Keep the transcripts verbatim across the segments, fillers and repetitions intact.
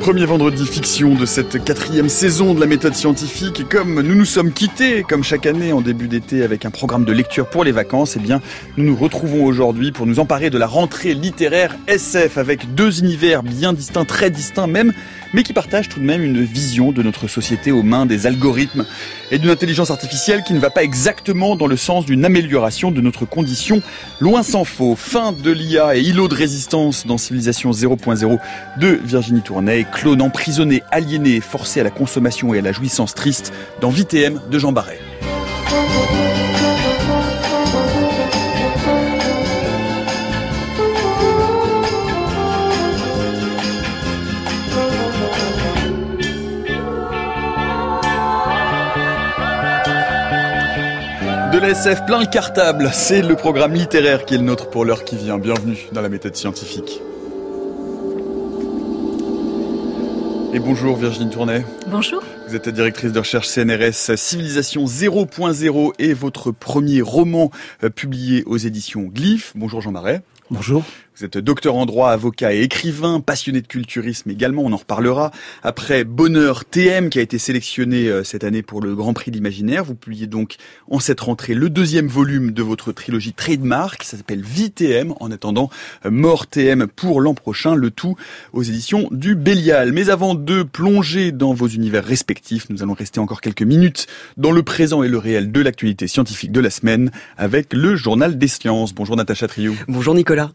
Premier vendredi fiction de cette quatrième saison de la méthode scientifique. Et comme nous nous sommes quittés, comme chaque année en début d'été, avec un programme de lecture pour les vacances, eh bien, nous nous retrouvons aujourd'hui pour nous emparer de la rentrée littéraire S F avec deux univers bien distincts, très distincts même, mais qui partagent tout de même une vision de notre société aux mains des algorithmes et d'une intelligence artificielle qui ne va pas exactement dans le sens d'une amélioration de notre condition. Loin s'en faut. Fin de l'I A et îlot de résistance dans Civilisation zéro point zéro de Virginie Tournay. Clone emprisonné, aliéné, forcé à la consommation et à la jouissance triste dans V T M de Jean Barret. De la S F plein le cartable, c'est le programme littéraire qui est le nôtre pour l'heure qui vient. Bienvenue dans la méthode scientifique. Et bonjour Virginie Tournay. Bonjour. Vous êtes directrice de recherche C N R S. Civilisation zéro point zéro est votre premier roman euh, publié aux éditions Glyph. Bonjour Jean Barret. Bonjour. Vous êtes docteur en droit, avocat et écrivain, passionné de culturisme également, on en reparlera. Après Bonheur T M qui a été sélectionné cette année pour le Grand Prix de l'Imaginaire, vous publiez donc en cette rentrée le deuxième volume de votre trilogie Trademark, ça s'appelle V T M, en attendant Mort T M pour l'an prochain, le tout aux éditions du Bélial. Mais avant de plonger dans vos univers respectifs, nous allons rester encore quelques minutes dans le présent et le réel de l'actualité scientifique de la semaine avec le Journal des Sciences. Bonjour Natacha Triou. Bonjour Nicolas.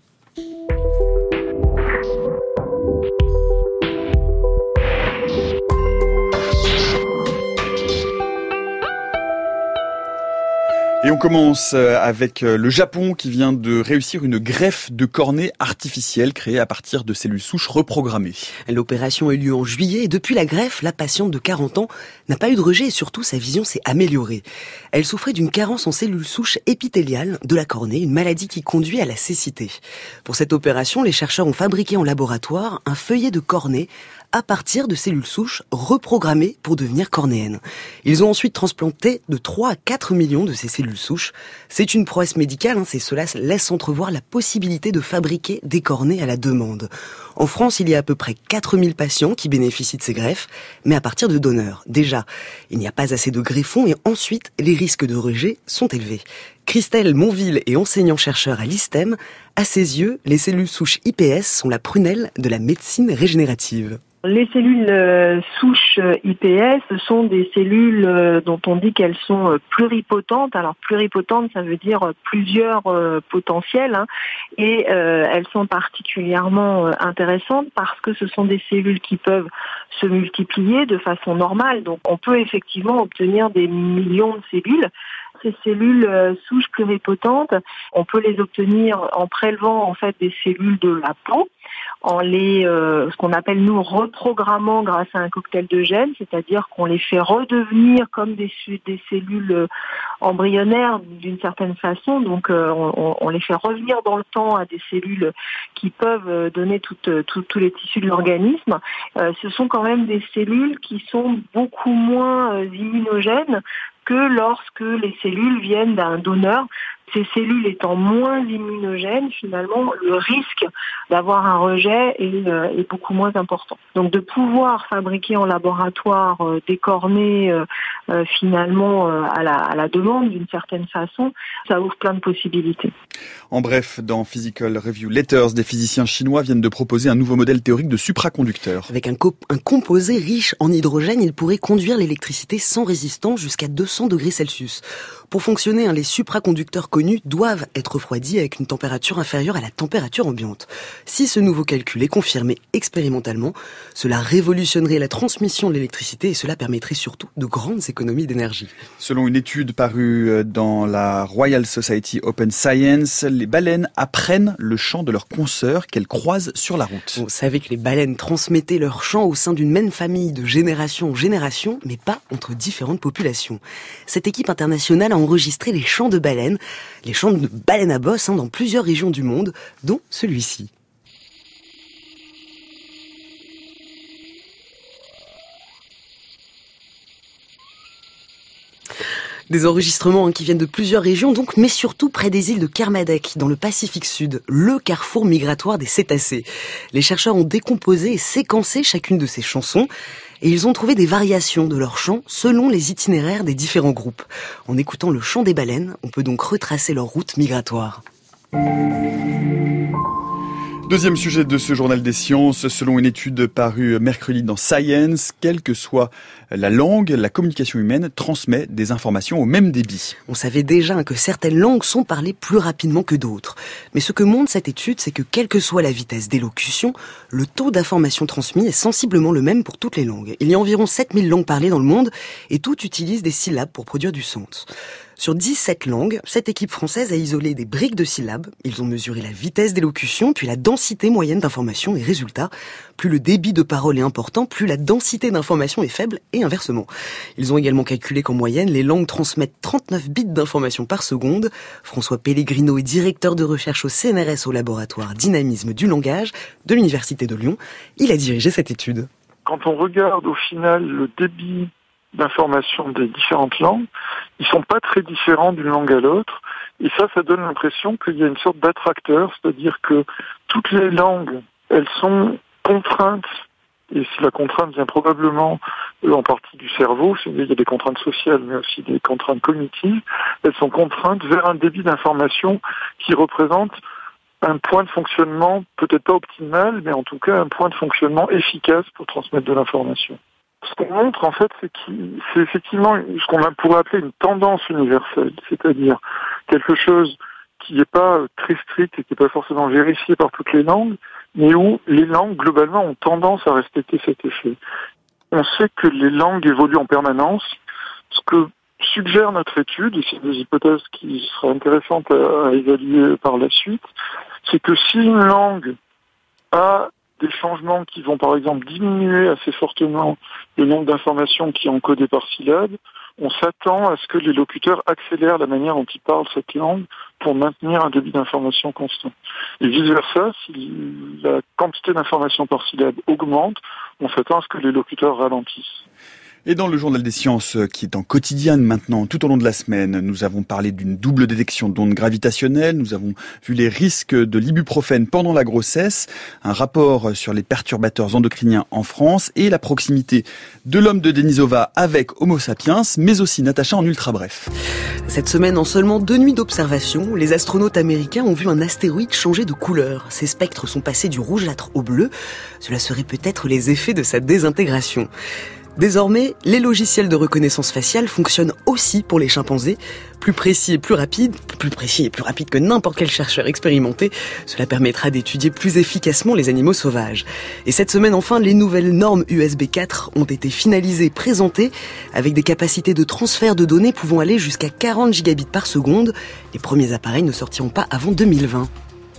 Et on commence avec le Japon qui vient de réussir une greffe de cornée artificielle créée à partir de cellules souches reprogrammées. L'opération a eu lieu en juillet et depuis la greffe, la patiente de quarante ans n'a pas eu de rejet et surtout sa vision s'est améliorée. Elle souffrait d'une carence en cellules souches épithéliales de la cornée, une maladie qui conduit à la cécité. Pour cette opération, les chercheurs ont fabriqué en laboratoire un feuillet de cornée à partir de cellules souches reprogrammées pour devenir cornéennes. Ils ont ensuite transplanté de trois à quatre millions de ces cellules souches. C'est une prouesse médicale, hein, c'est cela laisse entrevoir la possibilité de fabriquer des cornées à la demande. En France, il y a à peu près quatre mille patients qui bénéficient de ces greffes, mais à partir de donneurs. Déjà, il n'y a pas assez de greffons et ensuite, les risques de rejet sont élevés. Christelle Monville est enseignant-chercheur à l'I S T E M. À ses yeux, les cellules souches I P S sont la prunelle de la médecine régénérative. Les cellules euh, souches euh, I P S sont des cellules euh, dont on dit qu'elles sont euh, pluripotentes. Alors pluripotentes, ça veut dire euh, plusieurs euh, potentiels, hein, et euh, elles sont particulièrement euh, intéressantes parce que ce sont des cellules qui peuvent se multiplier de façon normale. Donc on peut effectivement obtenir des millions de cellules. Ces cellules euh, souches pluripotentes, on peut les obtenir en prélevant en fait des cellules de la peau, en les, euh, ce qu'on appelle nous reprogrammant grâce à un cocktail de gènes, c'est-à-dire qu'on les fait redevenir comme des, des cellules embryonnaires d'une certaine façon. Donc euh, on, on les fait revenir dans le temps à des cellules qui peuvent donner tous tout, tout les tissus de l'organisme. Euh, ce sont quand même des cellules qui sont beaucoup moins euh, immunogènes que lorsque les cellules viennent d'un donneur. Ces cellules étant moins immunogènes, finalement, le risque d'avoir un rejet est, euh, est beaucoup moins important. Donc de pouvoir fabriquer en laboratoire euh, des cornées euh, euh, finalement euh, à, la, à la demande d'une certaine façon, ça ouvre plein de possibilités. En bref, dans Physical Review Letters, des physiciens chinois viennent de proposer un nouveau modèle théorique de supraconducteur. Avec un, co- un composé riche en hydrogène, il pourrait conduire l'électricité sans résistance jusqu'à deux cents degrés Celsius. Pour fonctionner, hein, les supraconducteurs connus doivent être refroidis avec une température inférieure à la température ambiante. Si ce nouveau calcul est confirmé expérimentalement, cela révolutionnerait la transmission de l'électricité et cela permettrait surtout de grandes économies d'énergie. Selon une étude parue dans la Royal Society Open Science, les baleines apprennent le chant de leurs consoeurs qu'elles croisent sur la route. Vous savez que les baleines transmettaient leur chant au sein d'une même famille de génération en génération, mais pas entre différentes populations. Cette équipe internationale a enregistré les chants de baleines, les chants de baleines à bosse hein, dans plusieurs régions du monde, dont celui-ci. Des enregistrements hein, qui viennent de plusieurs régions, donc, mais surtout près des îles de Kermadec, dans le Pacifique Sud, le carrefour migratoire des cétacés. Les chercheurs ont décomposé et séquencé chacune de ces chansons, et ils ont trouvé des variations de leurs chants selon les itinéraires des différents groupes. En écoutant le chant des baleines, on peut donc retracer leur route migratoire. Deuxième sujet de ce journal des sciences, selon une étude parue mercredi dans Science, quelle que soit la langue, la communication humaine transmet des informations au même débit. On savait déjà que certaines langues sont parlées plus rapidement que d'autres. Mais ce que montre cette étude, c'est que quelle que soit la vitesse d'élocution, le taux d'information transmis est sensiblement le même pour toutes les langues. Il y a environ sept mille langues parlées dans le monde et toutes utilisent des syllabes pour produire du sens. Sur dix-sept langues, cette équipe française a isolé des briques de syllabes. Ils ont mesuré la vitesse d'élocution, puis la densité moyenne d'information et résultat. Plus le débit de parole est important, plus la densité d'information est faible et inversement. Ils ont également calculé qu'en moyenne, les langues transmettent trente-neuf bits d'information par seconde. François Pellegrino est directeur de recherche au C N R S au laboratoire Dynamisme du langage de l'Université de Lyon. Il a dirigé cette étude. Quand on regarde au final le débit d'information des différentes langues, ils sont pas très différents d'une langue à l'autre, et ça, ça donne l'impression qu'il y a une sorte d'attracteur, c'est-à-dire que toutes les langues, elles sont contraintes, et si la contrainte vient probablement euh, en partie du cerveau, il y a des contraintes sociales, mais aussi des contraintes cognitives, elles sont contraintes vers un débit d'information qui représente un point de fonctionnement, peut-être pas optimal, mais en tout cas un point de fonctionnement efficace pour transmettre de l'information. Ce qu'on montre, en fait, c'est, qu'il, c'est effectivement ce qu'on pourrait appeler une tendance universelle, c'est-à-dire quelque chose qui n'est pas très strict et qui n'est pas forcément vérifié par toutes les langues, mais où les langues, globalement, ont tendance à respecter cet effet. On sait que les langues évoluent en permanence. Ce que suggère notre étude, et c'est des hypothèses qui seraient intéressantes à, à évaluer par la suite, c'est que si une langue a des changements qui vont par exemple diminuer assez fortement le nombre d'informations qui est encodé par syllabe, on s'attend à ce que les locuteurs accélèrent la manière dont ils parlent cette langue pour maintenir un débit d'information constant. Et vice-versa, si la quantité d'informations par syllabe augmente, on s'attend à ce que les locuteurs ralentissent. Et dans le journal des sciences, qui est en quotidienne maintenant, tout au long de la semaine, nous avons parlé d'une double détection d'ondes gravitationnelles, nous avons vu les risques de l'ibuprofène pendant la grossesse, un rapport sur les perturbateurs endocriniens en France et la proximité de l'homme de Denisova avec Homo sapiens, mais aussi Natacha en ultra bref. Cette semaine, en seulement deux nuits d'observation, les astronautes américains ont vu un astéroïde changer de couleur. Ces spectres sont passés du rougeâtre au bleu. Cela serait peut-être les effets de sa désintégration. Désormais, les logiciels de reconnaissance faciale fonctionnent aussi pour les chimpanzés, plus précis et plus rapides, plus précis et plus rapides que n'importe quel chercheur expérimenté. Cela permettra d'étudier plus efficacement les animaux sauvages. Et cette semaine, enfin, les nouvelles normes U S B quatre ont été finalisées et présentées avec des capacités de transfert de données pouvant aller jusqu'à quarante gigabits par seconde. Les premiers appareils ne sortiront pas avant deux mille vingt.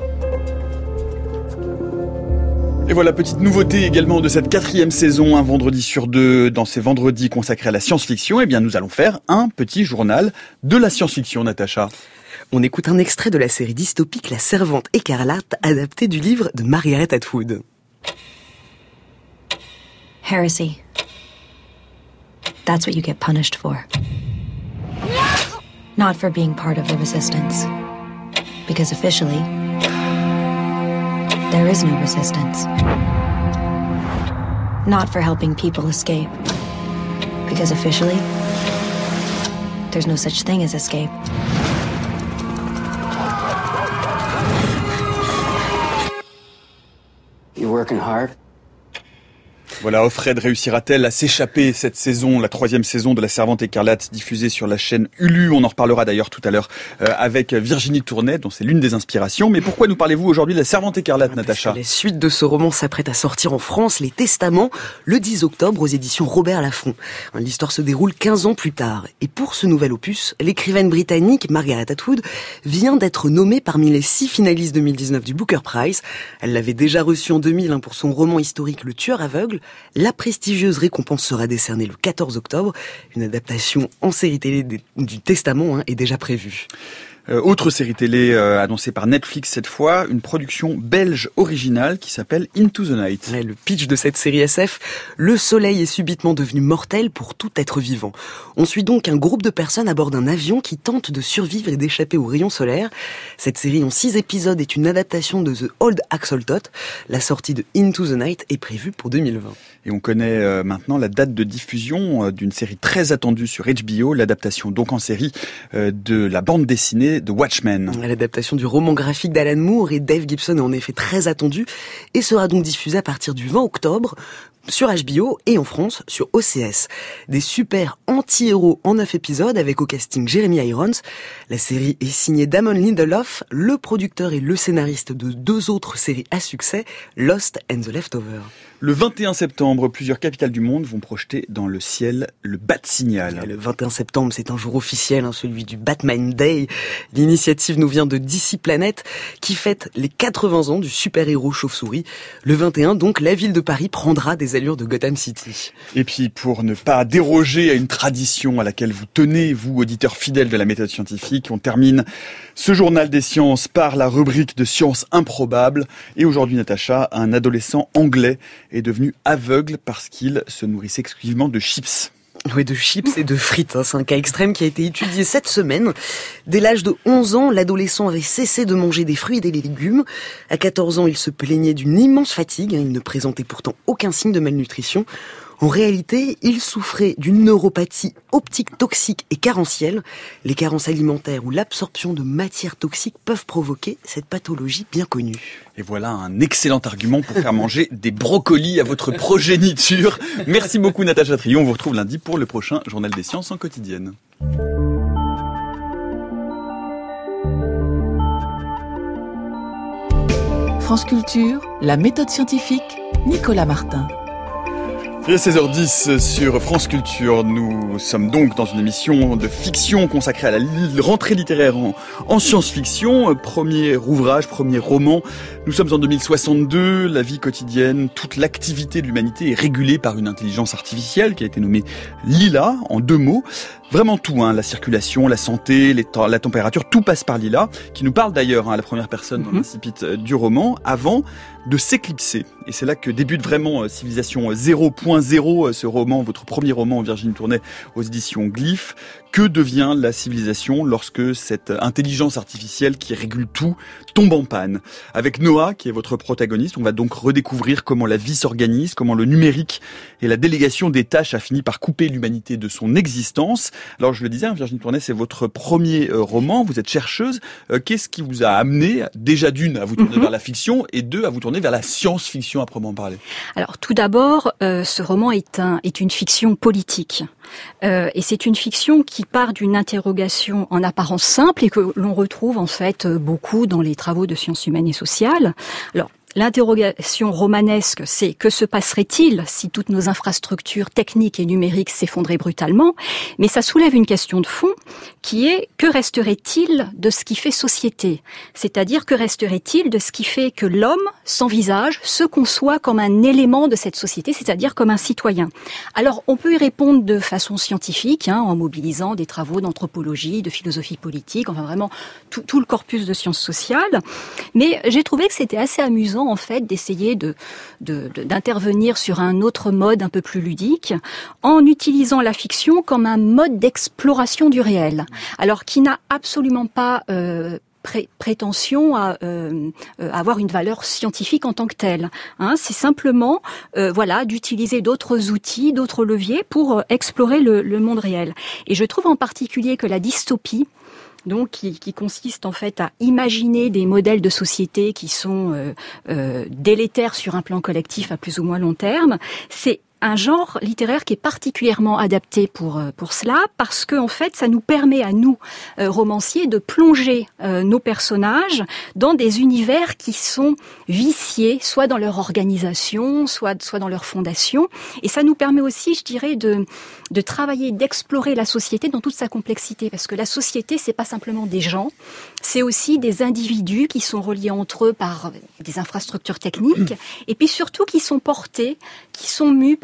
Et voilà, petite nouveauté également de cette quatrième saison, un vendredi sur deux, dans ces vendredis consacrés à la science-fiction, eh bien nous allons faire un petit journal de la science-fiction, Natacha. On écoute un extrait de la série dystopique La Servante écarlate, adaptée du livre de Margaret Atwood. Heresy. That's what you get punished for. Not for being part of the resistance. Because officially, there is no resistance. Not for helping people escape. Because officially, there's no such thing as escape. You working hard? Voilà, Offred réussira-t-elle à s'échapper cette saison, la troisième saison de La Servante écarlate, diffusée sur la chaîne Hulu. On en reparlera d'ailleurs tout à l'heure euh, avec Virginie Tournet, dont c'est l'une des inspirations. Mais pourquoi nous parlez-vous aujourd'hui de La Servante écarlate, Natacha ? La suite de ce roman s'apprête à sortir en France, Les Testaments, le dix octobre aux éditions Robert Laffont. L'histoire se déroule quinze ans plus tard. Et pour ce nouvel opus, l'écrivaine britannique Margaret Atwood vient d'être nommée parmi les six finalistes deux mille dix-neuf du Booker Prize. Elle l'avait déjà reçu en deux mille hein, pour son roman historique Le Tueur aveugle. La prestigieuse récompense sera décernée le quatorze octobre. Une adaptation en série télé du Testament hein, est déjà prévue. Euh, autre série télé euh, annoncée par Netflix cette fois, une production belge originale qui s'appelle Into the Night. Ouais, le pitch de cette série S F, le soleil est subitement devenu mortel pour tout être vivant. On suit donc un groupe de personnes à bord d'un avion qui tente de survivre et d'échapper aux rayons solaires. Cette série en six épisodes est une adaptation de The Old Axolotl. La sortie de Into the Night est prévue pour deux mille vingt. Et on connaît euh, maintenant la date de diffusion euh, d'une série très attendue sur H B O, l'adaptation donc en série euh, de la bande dessinée de Watchmen. L'adaptation du roman graphique d'Alan Moore et Dave Gibson est en effet très attendue et sera donc diffusée à partir du vingt octobre sur H B O et en France sur O C S. Des super anti-héros en neuf épisodes avec au casting Jeremy Irons. La série est signée Damon Lindelof, le producteur et le scénariste de deux autres séries à succès, Lost and The Leftovers. Le vingt et un septembre, plusieurs capitales du monde vont projeter dans le ciel le Bat-Signal. Le vingt et un septembre, c'est un jour officiel, hein, celui du Batman Day. L'initiative nous vient de D C Planet, qui fête les quatre-vingts ans du super-héros chauve-souris. Le vingt et un, donc, la ville de Paris prendra des allures de Gotham City. Et puis, pour ne pas déroger à une tradition à laquelle vous tenez, vous, auditeurs fidèles de la méthode scientifique, on termine ce journal des sciences par la rubrique de sciences improbables. Et aujourd'hui, Natacha, un adolescent anglais est devenu aveugle parce qu'il se nourrissait exclusivement de chips. Oui, de chips et de frites. Hein. C'est un cas extrême qui a été étudié cette semaine. Dès l'âge de onze ans, l'adolescent avait cessé de manger des fruits et des légumes. À quatorze ans, il se plaignait d'une immense fatigue. Il ne présentait pourtant aucun signe de malnutrition. En réalité, il souffrait d'une neuropathie optique toxique et carentielle. Les carences alimentaires ou l'absorption de matières toxiques peuvent provoquer cette pathologie bien connue. Et voilà un excellent argument pour faire manger des brocolis à votre progéniture. Merci beaucoup Natacha Trion. On vous retrouve lundi pour le prochain Journal des Sciences en quotidienne. France Culture, la méthode scientifique, Nicolas Martin. Il est seize heures dix sur France Culture. Nous sommes donc dans une émission de fiction consacrée à la li- rentrée littéraire en, en science-fiction. Premier ouvrage, premier roman. Nous sommes en deux mille soixante-deux. La vie quotidienne, toute l'activité de l'humanité est régulée par une intelligence artificielle qui a été nommée Lila, en deux mots. Vraiment tout, hein, la circulation, la santé, les t- la température, tout passe par Lila, qui nous parle d'ailleurs hein, à la première personne dans l'incipit euh, du roman, avant de s'éclipser. Et c'est là que débute vraiment euh, Civilisation zéro point zéro, euh, ce roman, votre premier roman, Virginie Tournet, aux éditions Glyph. Que devient la civilisation lorsque cette intelligence artificielle qui régule tout tombe en panne? Avec Noah, qui est votre protagoniste, on va donc redécouvrir comment la vie s'organise, comment le numérique et la délégation des tâches a fini par couper l'humanité de son existence. Alors je le disais, Virginie Tournet, c'est votre premier euh, roman, vous êtes chercheuse. Euh, qu'est-ce qui vous a amené, déjà d'une, à vous tourner mm-hmm. vers la fiction, et deux, à vous tourner vers la science-fiction à proprement parler? Alors tout d'abord, euh, ce roman est, un, est une fiction politique. Euh, et c'est une fiction qui part d'une interrogation en apparence simple et que l'on retrouve en fait beaucoup dans les travaux de sciences humaines et sociales. Alors, l'interrogation romanesque, c'est que se passerait-il si toutes nos infrastructures techniques et numériques s'effondraient brutalement? Mais ça soulève une question de fond qui est que resterait-il de ce qui fait société? C'est-à-dire que resterait-il de ce qui fait que l'homme s'envisage, se conçoit comme un élément de cette société, c'est-à-dire comme un citoyen? Alors on peut y répondre de façon scientifique, hein, en mobilisant des travaux d'anthropologie, de philosophie politique, enfin vraiment tout, tout le corpus de sciences sociales. Mais j'ai trouvé que c'était assez amusant en fait d'essayer de, de, de d'intervenir sur un autre mode un peu plus ludique en utilisant la fiction comme un mode d'exploration du réel, alors qui n'a absolument pas euh, Pré- prétention à euh, euh, avoir une valeur scientifique en tant que telle. Hein, c'est simplement, euh, voilà, d'utiliser d'autres outils, d'autres leviers pour euh, explorer le, le monde réel. Et je trouve en particulier que la dystopie, donc qui, qui consiste en fait à imaginer des modèles de société qui sont euh, euh, délétères sur un plan collectif à plus ou moins long terme, c'est un genre littéraire qui est particulièrement adapté pour pour cela, parce que en fait, ça nous permet à nous euh, romanciers de plonger euh, nos personnages dans des univers qui sont viciés, soit dans leur organisation, soit soit dans leur fondation, et ça nous permet aussi, je dirais, de de travailler, d'explorer la société dans toute sa complexité, parce que la société, c'est pas simplement des gens, c'est aussi des individus qui sont reliés entre eux par des infrastructures techniques, et puis surtout qui sont portés, qui sont mus par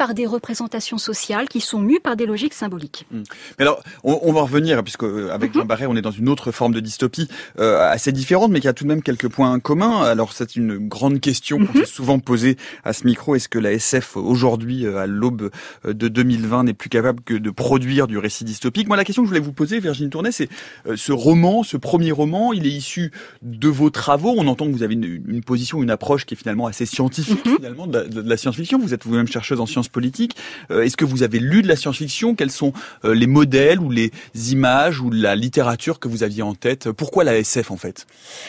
par des représentations sociales qui sont mues par des logiques symboliques. Mmh. Mais alors, on, on va revenir, puisque avec mmh. Jean Barret, on est dans une autre forme de dystopie euh, assez différente, mais qui a tout de même quelques points communs. Alors, c'est une grande question mmh. qu'on s'est souvent posée à ce micro. Est-ce que la S F, aujourd'hui, à l'aube de deux mille vingt, n'est plus capable que de produire du récit dystopique? Moi, la question que je voulais vous poser, Virginie Tournet, c'est euh, ce roman, ce premier roman, il est issu de vos travaux. On entend que vous avez une, une position, une approche qui est finalement assez scientifique, mmh. finalement, de, de, de la science-fiction. Vous êtes vous-même chercheuse en sciences politiques. Euh, est-ce que vous avez lu de la science-fiction? Quels sont euh, les modèles ou les images ou la littérature que vous aviez en tête? Pourquoi la S F, en fait?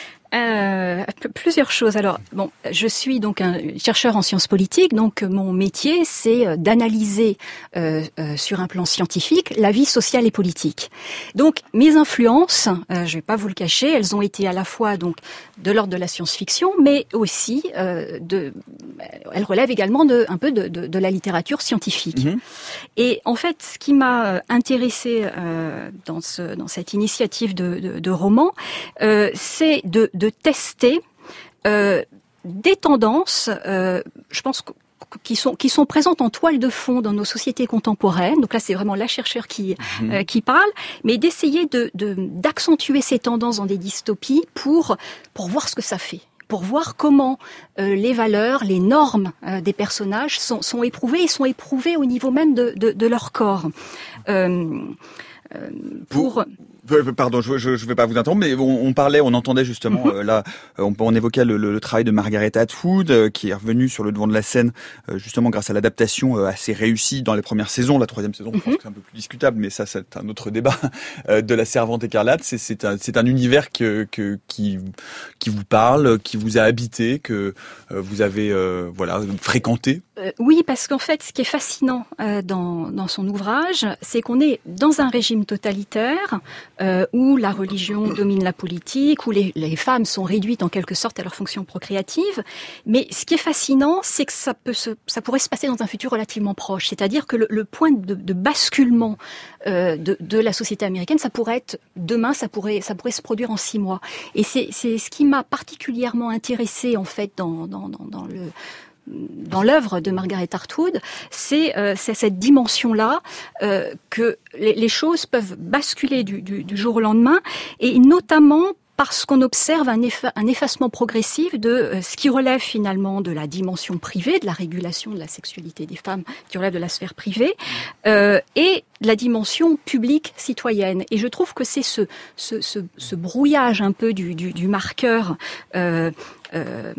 Euh, plusieurs choses. Alors, bon, je suis donc un chercheur en sciences politiques, donc mon métier, c'est d'analyser euh, euh, sur un plan scientifique la vie sociale et politique. Donc, mes influences, euh, je vais pas vous le cacher, elles ont été à la fois donc de l'ordre de la science-fiction, mais aussi euh, de, elles relèvent également de un peu de, de, de la littérature scientifique. Mmh. Et en fait, ce qui m'a intéressée euh, dans ce dans cette initiative de, de, de roman, euh, c'est de de tester euh, des tendances, euh, je pense, qui sont qui sont présentes en toile de fond dans nos sociétés contemporaines. Donc là, c'est vraiment la chercheure qui mmh. euh, qui parle, mais d'essayer de, de d'accentuer ces tendances dans des dystopies pour pour voir ce que ça fait, pour voir comment euh, les valeurs, les normes euh, des personnages sont sont éprouvées et sont éprouvées au niveau même de de, de leur corps. Euh, euh, pour Pardon, je je, je vais pas vous interrompre, mais on, on parlait, on entendait justement mm-hmm. euh, là, on, on évoquait le, le, le travail de Margaret Atwood euh, qui est revenu sur le devant de la scène euh, justement grâce à l'adaptation euh, assez réussie dans les premières saisons. La troisième saison, mm-hmm. je pense que c'est un peu plus discutable, mais ça c'est un autre débat. Euh, de La Servante écarlate, c'est c'est un c'est un univers que que qui qui vous parle, qui vous a habité, que euh, vous avez euh, voilà fréquenté. Euh, oui, parce qu'en fait, ce qui est fascinant euh, dans dans son ouvrage, c'est qu'on est dans un régime totalitaire. Euh, où la religion domine la politique, où les, les femmes sont réduites en quelque sorte à leur fonction procréative. Mais ce qui est fascinant, c'est que ça peut se, ça pourrait se passer dans un futur relativement proche. C'est-à-dire que le, le point de, de basculement euh, de, de la société américaine, ça pourrait être demain, ça pourrait, ça pourrait se produire en six mois. Et c'est, c'est ce qui m'a particulièrement intéressée en fait dans, dans, dans, dans le dans l'œuvre de Margaret Atwood, c'est, euh, c'est cette dimension-là euh, que les, les choses peuvent basculer du, du, du jour au lendemain, et notamment parce qu'on observe un, effa- un effacement progressif de euh, ce qui relève finalement de la dimension privée, de la régulation de la sexualité des femmes, qui relève de la sphère privée, euh, et de la dimension publique citoyenne. Et je trouve que c'est ce, ce, ce, ce brouillage un peu du, du, du marqueur euh, euh,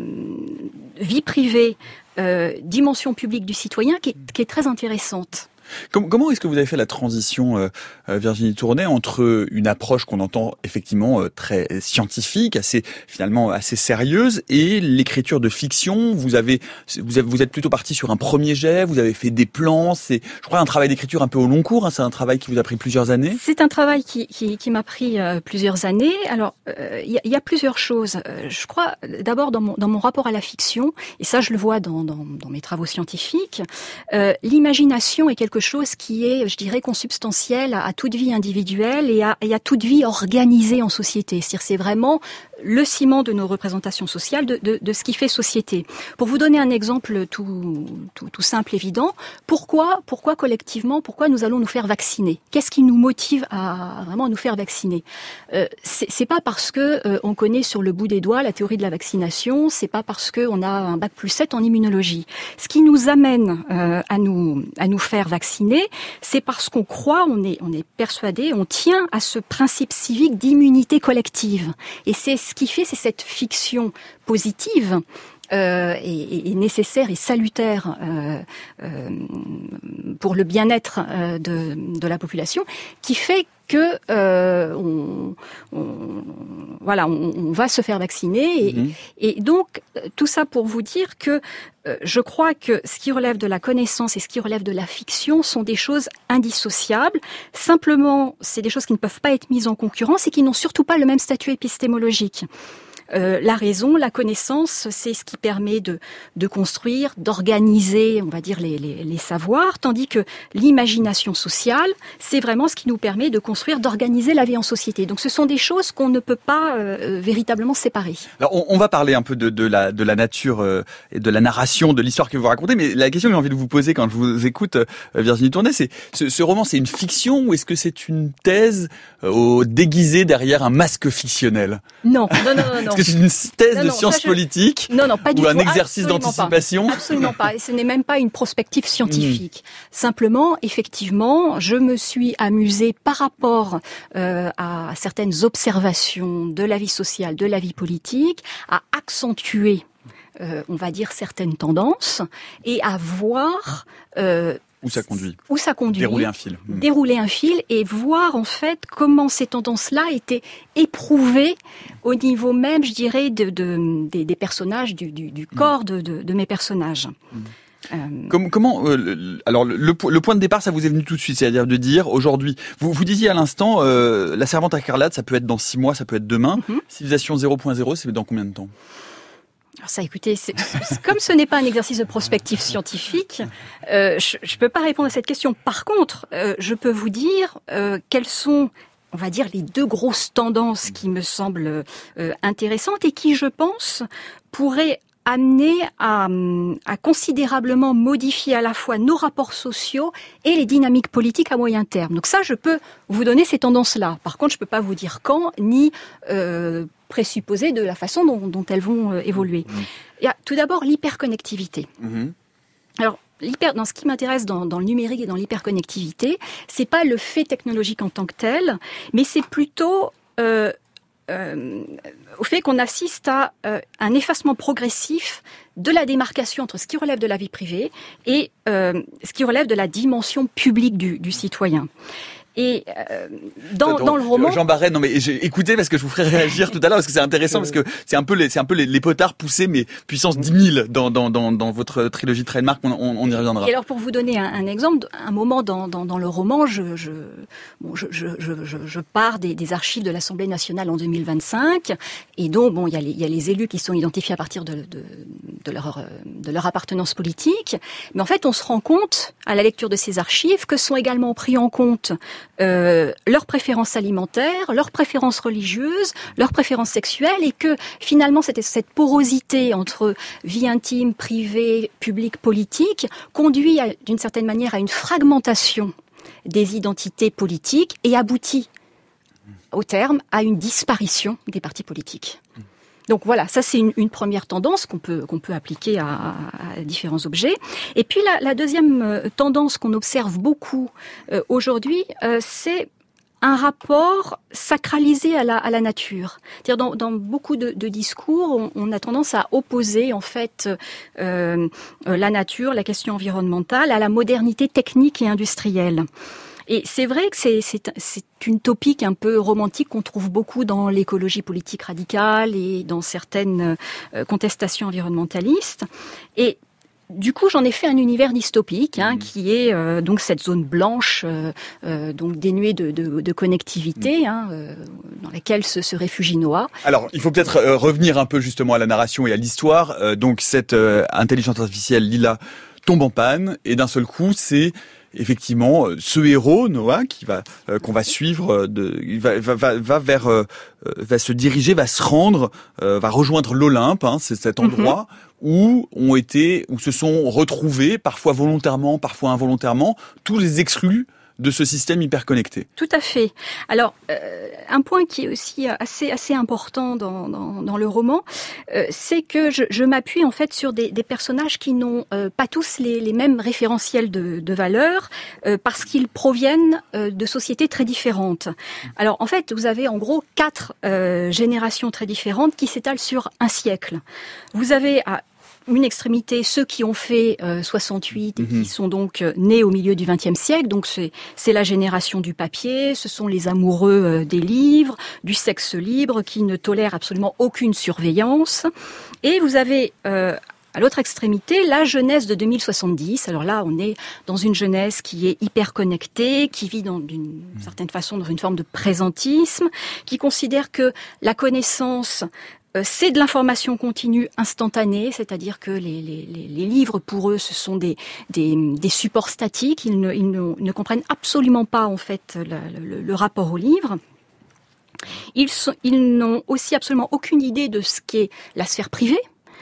vie privée, euh, dimension publique du citoyen qui est, qui est très intéressante. Comment est-ce que vous avez fait la transition, euh, Virginie Tournet, entre une approche qu'on entend effectivement euh, très scientifique, assez finalement assez sérieuse, et l'écriture de fiction? Vous avez, vous avez, vous êtes plutôt parti sur un premier jet, vous avez fait des plans. C'est, je crois, un travail d'écriture un peu au long cours. Hein, c'est un travail qui vous a pris plusieurs années. C'est un travail qui, qui, qui m'a pris euh, plusieurs années. Alors, il euh, y, y a plusieurs choses. Euh, je crois d'abord dans mon dans mon rapport à la fiction, et ça je le vois dans dans, dans mes travaux scientifiques. Euh, l'imagination est quelque chose qui est, je dirais, consubstantiel à, à toute vie individuelle et à, et à toute vie organisée en société. C'est-à-dire, c'est vraiment le ciment de nos représentations sociales, de, de, de ce qui fait société. Pour vous donner un exemple tout, tout, tout simple, évident, pourquoi, pourquoi collectivement, pourquoi nous allons nous faire vacciner? Qu'est-ce qui nous motive à vraiment nous faire vacciner? euh, c'est, c'est pas parce que euh, on connaît sur le bout des doigts la théorie de la vaccination, c'est pas parce que on a un bac plus sept en immunologie. Ce qui nous amène euh, à nous à nous faire vacciner, c'est parce qu'on croit, on est on est persuadé, on tient à ce principe civique d'immunité collective. Et c'est ce qui fait, c'est cette fiction positive euh, et, et nécessaire et salutaire euh, euh, pour le bien-être euh, de, de la population, qui fait que euh, on, on, voilà, on, on va se faire vacciner et, mmh. et donc tout ça pour vous dire que euh, je crois que ce qui relève de la connaissance et ce qui relève de la fiction sont des choses indissociables. Simplement, c'est des choses qui ne peuvent pas être mises en concurrence et qui n'ont surtout pas le même statut épistémologique. Euh, la raison, la connaissance, c'est ce qui permet de, de construire, d'organiser, on va dire, les, les, les savoirs, tandis que l'imagination sociale, c'est vraiment ce qui nous permet de construire, d'organiser la vie en société. Donc ce sont des choses qu'on ne peut pas euh, véritablement séparer. Alors on, on va parler un peu de, de, la, de la nature euh, et de la narration illustration de l'histoire que vous racontez, mais la question que j'ai envie de vous poser quand je vous écoute, Virginie Tournet, c'est ce, ce roman, c'est une fiction ou est-ce que c'est une thèse euh, déguisée derrière un masque fictionnel? Non, non, non, non. Est-ce que c'est une thèse non, de non, science je... politique non, non, pas du ou tout. un exercice Absolument d'anticipation? Pas. Absolument pas. Et ce n'est même pas une prospective scientifique. Mmh. Simplement, effectivement, je me suis amusée par rapport euh, à certaines observations de la vie sociale, de la vie politique, à accentuer, euh, on va dire, certaines tendances et à voir... Euh, Où ça conduit. Où ça conduit. Dérouler un fil. Mmh. Dérouler un fil et voir en fait comment ces tendances-là étaient éprouvées au niveau même, je dirais, de, de, des, des personnages, du, du, du corps mmh. de, de, de mes personnages. Mmh. Euh... Comme, comment euh, le, alors le, le point de départ, ça vous est venu tout de suite, c'est-à-dire de dire aujourd'hui, vous, vous disiez à l'instant, euh, la Servante écarlate, ça peut être dans six mois, ça peut être demain. Mmh. Civilisation zéro point zéro, c'est dans combien de temps? Alors ça, écoutez, c'est, c'est, comme ce n'est pas un exercice de prospective scientifique, euh, je ne peux pas répondre à cette question. Par contre, euh, je peux vous dire euh, quelles sont, on va dire, les deux grosses tendances qui me semblent euh, intéressantes et qui, je pense, pourraient amener à, à considérablement modifier à la fois nos rapports sociaux et les dynamiques politiques à moyen terme. Donc ça, je peux vous donner ces tendances-là. Par contre, je ne peux pas vous dire quand, ni euh, présupposer de la façon dont, dont elles vont euh, évoluer. Mmh. Il y a tout d'abord l'hyperconnectivité. Mmh. Alors, l'hyper, dans ce qui m'intéresse dans, dans le numérique et dans l'hyperconnectivité, c'est pas le fait technologique en tant que tel, mais c'est plutôt... Euh, Euh, au fait qu'on assiste à euh, un effacement progressif de la démarcation entre ce qui relève de la vie privée et euh, ce qui relève de la dimension publique du, du citoyen. Et euh, dans, Donc, dans le roman, Jean Barret, non mais j'ai écouté parce que je vous ferai réagir tout à l'heure parce que c'est intéressant parce que c'est un peu les, c'est un peu les, les potards poussés mais puissance dix mille dans dans dans dans votre trilogie Trademark, on, on, on y reviendra. Et alors pour vous donner un, un exemple, un moment dans dans dans le roman, je je bon je je je, je pars des, des archives de l'Assemblée nationale en deux mille vingt-cinq et donc bon il y a les il y a les élus qui sont identifiés à partir de de de leur de leur appartenance politique, mais en fait on se rend compte à la lecture de ces archives que sont également pris en compte Euh, leurs préférences alimentaires, leurs préférences religieuses, leurs préférences sexuelles, et que finalement cette, cette porosité entre vie intime, privée, publique, politique conduit à, d'une certaine manière à une fragmentation des identités politiques et aboutit au terme à une disparition des partis politiques. Donc voilà, ça c'est une, une première tendance qu'on peut qu'on peut appliquer à, à différents objets. Et puis la, la deuxième tendance qu'on observe beaucoup euh, aujourd'hui, euh, c'est un rapport sacralisé à la, à la nature. C'est-à-dire dans, dans beaucoup de, de discours, on, on a tendance à opposer en fait euh, la nature, la question environnementale, à la modernité technique et industrielle. Et c'est vrai que c'est, c'est, c'est une topique un peu romantique qu'on trouve beaucoup dans l'écologie politique radicale et dans certaines euh, contestations environnementalistes. Et du coup, j'en ai fait un univers dystopique, hein, mmh. qui est euh, donc cette zone blanche, euh, euh, donc dénuée de, de, de connectivité, mmh. hein, euh, dans laquelle se, se réfugie Noah. Alors, il faut peut-être euh, revenir un peu justement à la narration et à l'histoire. Euh, donc, cette euh, intelligence artificielle, Lila, tombe en panne, et d'un seul coup, c'est effectivement ce héros Noah qui va euh, qu'on va suivre, de, il va, va, va, va vers, euh, va se diriger, va se rendre, euh, va rejoindre l'Olympe. Hein, c'est cet endroit mmh. où ont été, où se sont retrouvés, parfois volontairement, parfois involontairement, tous les exclus de ce système hyper connecté. Tout à fait. Alors, euh, un point qui est aussi assez assez important dans dans, dans le roman, euh, c'est que je, je m'appuie en fait sur des, des personnages qui n'ont euh, pas tous les, les mêmes référentiels de, de valeurs, euh, parce qu'ils proviennent euh, de sociétés très différentes. Alors, en fait, vous avez en gros quatre euh, générations très différentes qui s'étalent sur un siècle. Vous avez à une extrémité, ceux qui ont fait euh, soixante-huit et mmh. qui sont donc euh, nés au milieu du vingtième siècle, donc c'est, c'est la génération du papier, ce sont les amoureux euh, des livres, du sexe libre, qui ne tolèrent absolument aucune surveillance. Et vous avez euh, à l'autre extrémité, la jeunesse de deux mille soixante-dix. Alors là, on est dans une jeunesse qui est hyper connectée, qui vit dans, d'une certaine façon dans une forme de présentisme, qui considère que la connaissance c'est de l'information continue instantanée, c'est-à-dire que les, les, les livres, pour eux, ce sont des, des, des supports statiques. Ils ne, ils ne, ne comprennent absolument pas, en fait, le, le, le rapport au livre. Ils, sont, ils n'ont aussi absolument aucune idée de ce qu'est la sphère privée,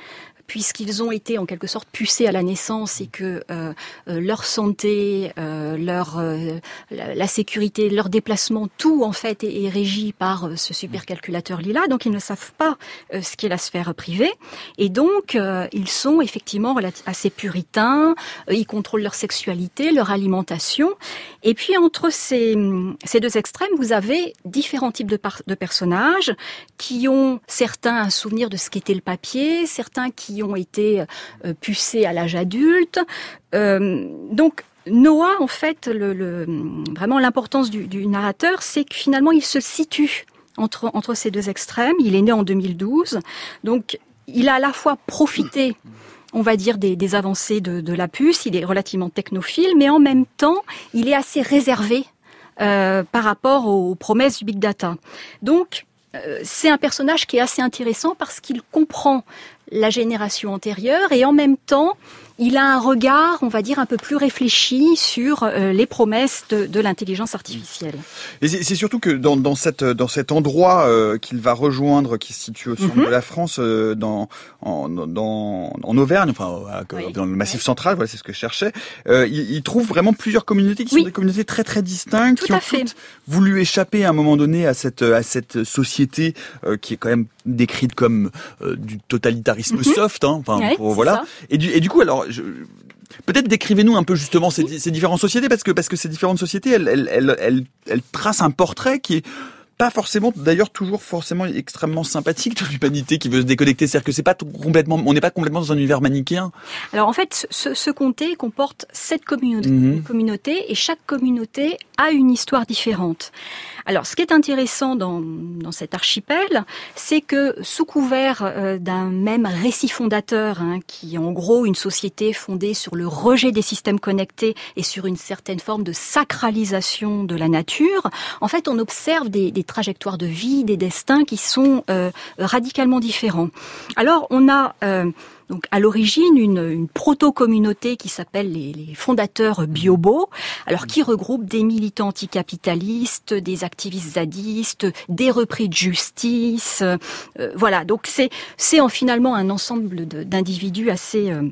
puisqu'ils ont été en quelque sorte pucés à la naissance et que euh, euh, leur santé, euh, leur euh, la, la sécurité, leur déplacement, tout en fait est, est régi par euh, ce supercalculateur Lila. Donc ils ne savent pas euh, ce qu'est la sphère privée et donc euh, ils sont effectivement relati- assez puritains. Euh, ils contrôlent leur sexualité, leur alimentation. Et puis entre ces ces deux extrêmes, vous avez différents types de, par- de personnages qui ont certains un souvenir de ce qu'était le papier, certains qui ont été euh, pucés à l'âge adulte. Euh, donc Noah, en fait, le, le, vraiment l'importance du, du narrateur, c'est que finalement il se situe entre, entre ces deux extrêmes. Il est né en deux mille douze, donc il a à la fois profité, on va dire, des, des avancées de, de la puce, il est relativement technophile, mais en même temps, il est assez réservé euh, par rapport aux promesses du big data. Donc, euh, c'est un personnage qui est assez intéressant parce qu'il comprend la génération antérieure et en même temps, il a un regard, on va dire, un peu plus réfléchi sur euh, les promesses de, de l'intelligence artificielle. Et c'est, c'est surtout que dans, dans, cette, dans cet endroit euh, qu'il va rejoindre, qui se situe au centre mm-hmm. de la France, euh, dans, en, dans, en Auvergne, enfin à, oui. dans le Massif oui. central, voilà, c'est ce que je cherchais, euh, il, il trouve vraiment plusieurs communautés qui oui. sont des communautés très très distinctes, Tout qui à ont fait. toutes voulu échapper à un moment donné à cette, à cette société euh, qui est quand même décrite comme euh, du totalitarisme mm-hmm. soft, hein, enfin oui, pour, voilà. Et du, et du coup, alors. Je, Peut-être décrivez-nous un peu justement ces, ces différentes sociétés, parce que parce que ces différentes sociétés, elles, elles, elles, elles, elles tracent un portrait qui est pas forcément, d'ailleurs, toujours forcément extrêmement sympathique de l'humanité qui veut se déconnecter. C'est-à-dire que c'est pas complètement, on n'est pas complètement dans un univers manichéen. Alors en fait, ce, ce comté comporte sept communautés, mmh. communautés et chaque communauté a une histoire différente. Alors, ce qui est intéressant dans, dans cet archipel, c'est que sous couvert euh, d'un même récit fondateur, hein, qui est en gros une société fondée sur le rejet des systèmes connectés et sur une certaine forme de sacralisation de la nature, en fait, on observe des, des trajectoires de vie, des destins qui sont euh, radicalement différents. Alors, on a... Euh, Donc, à l'origine, une, une proto-communauté qui s'appelle les, les fondateurs Biobo, alors qui regroupe des militants anticapitalistes, des activistes zadistes, des repris de justice, euh, voilà. Donc, c'est c'est en finalement un ensemble de, d'individus assez euh,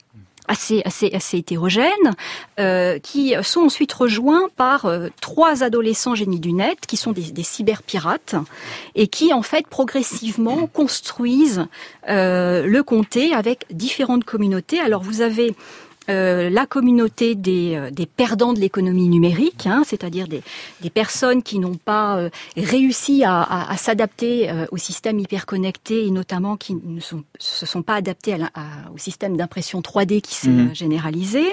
assez assez assez hétérogènes, euh, qui sont ensuite rejoints par euh, trois adolescents génies du net qui sont des, des cyberpirates et qui en fait progressivement construisent euh, le comté avec différentes communautés. Alors vous avez Euh, la communauté des, euh, des perdants de l'économie numérique, hein, c'est-à-dire des, des personnes qui n'ont pas euh, réussi à, à, à s'adapter euh, au système hyperconnecté et notamment qui ne sont, se sont pas adaptés à la, à, au système d'impression trois D qui s'est mmh. généralisé.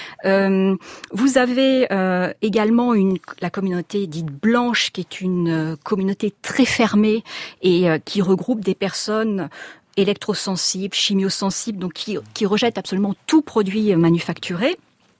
Euh, vous avez euh, également une, la communauté dite blanche, qui est une euh, communauté très fermée et euh, qui regroupe des personnes électrosensibles, chimiosensibles, donc qui, qui rejettent absolument tout produit manufacturé.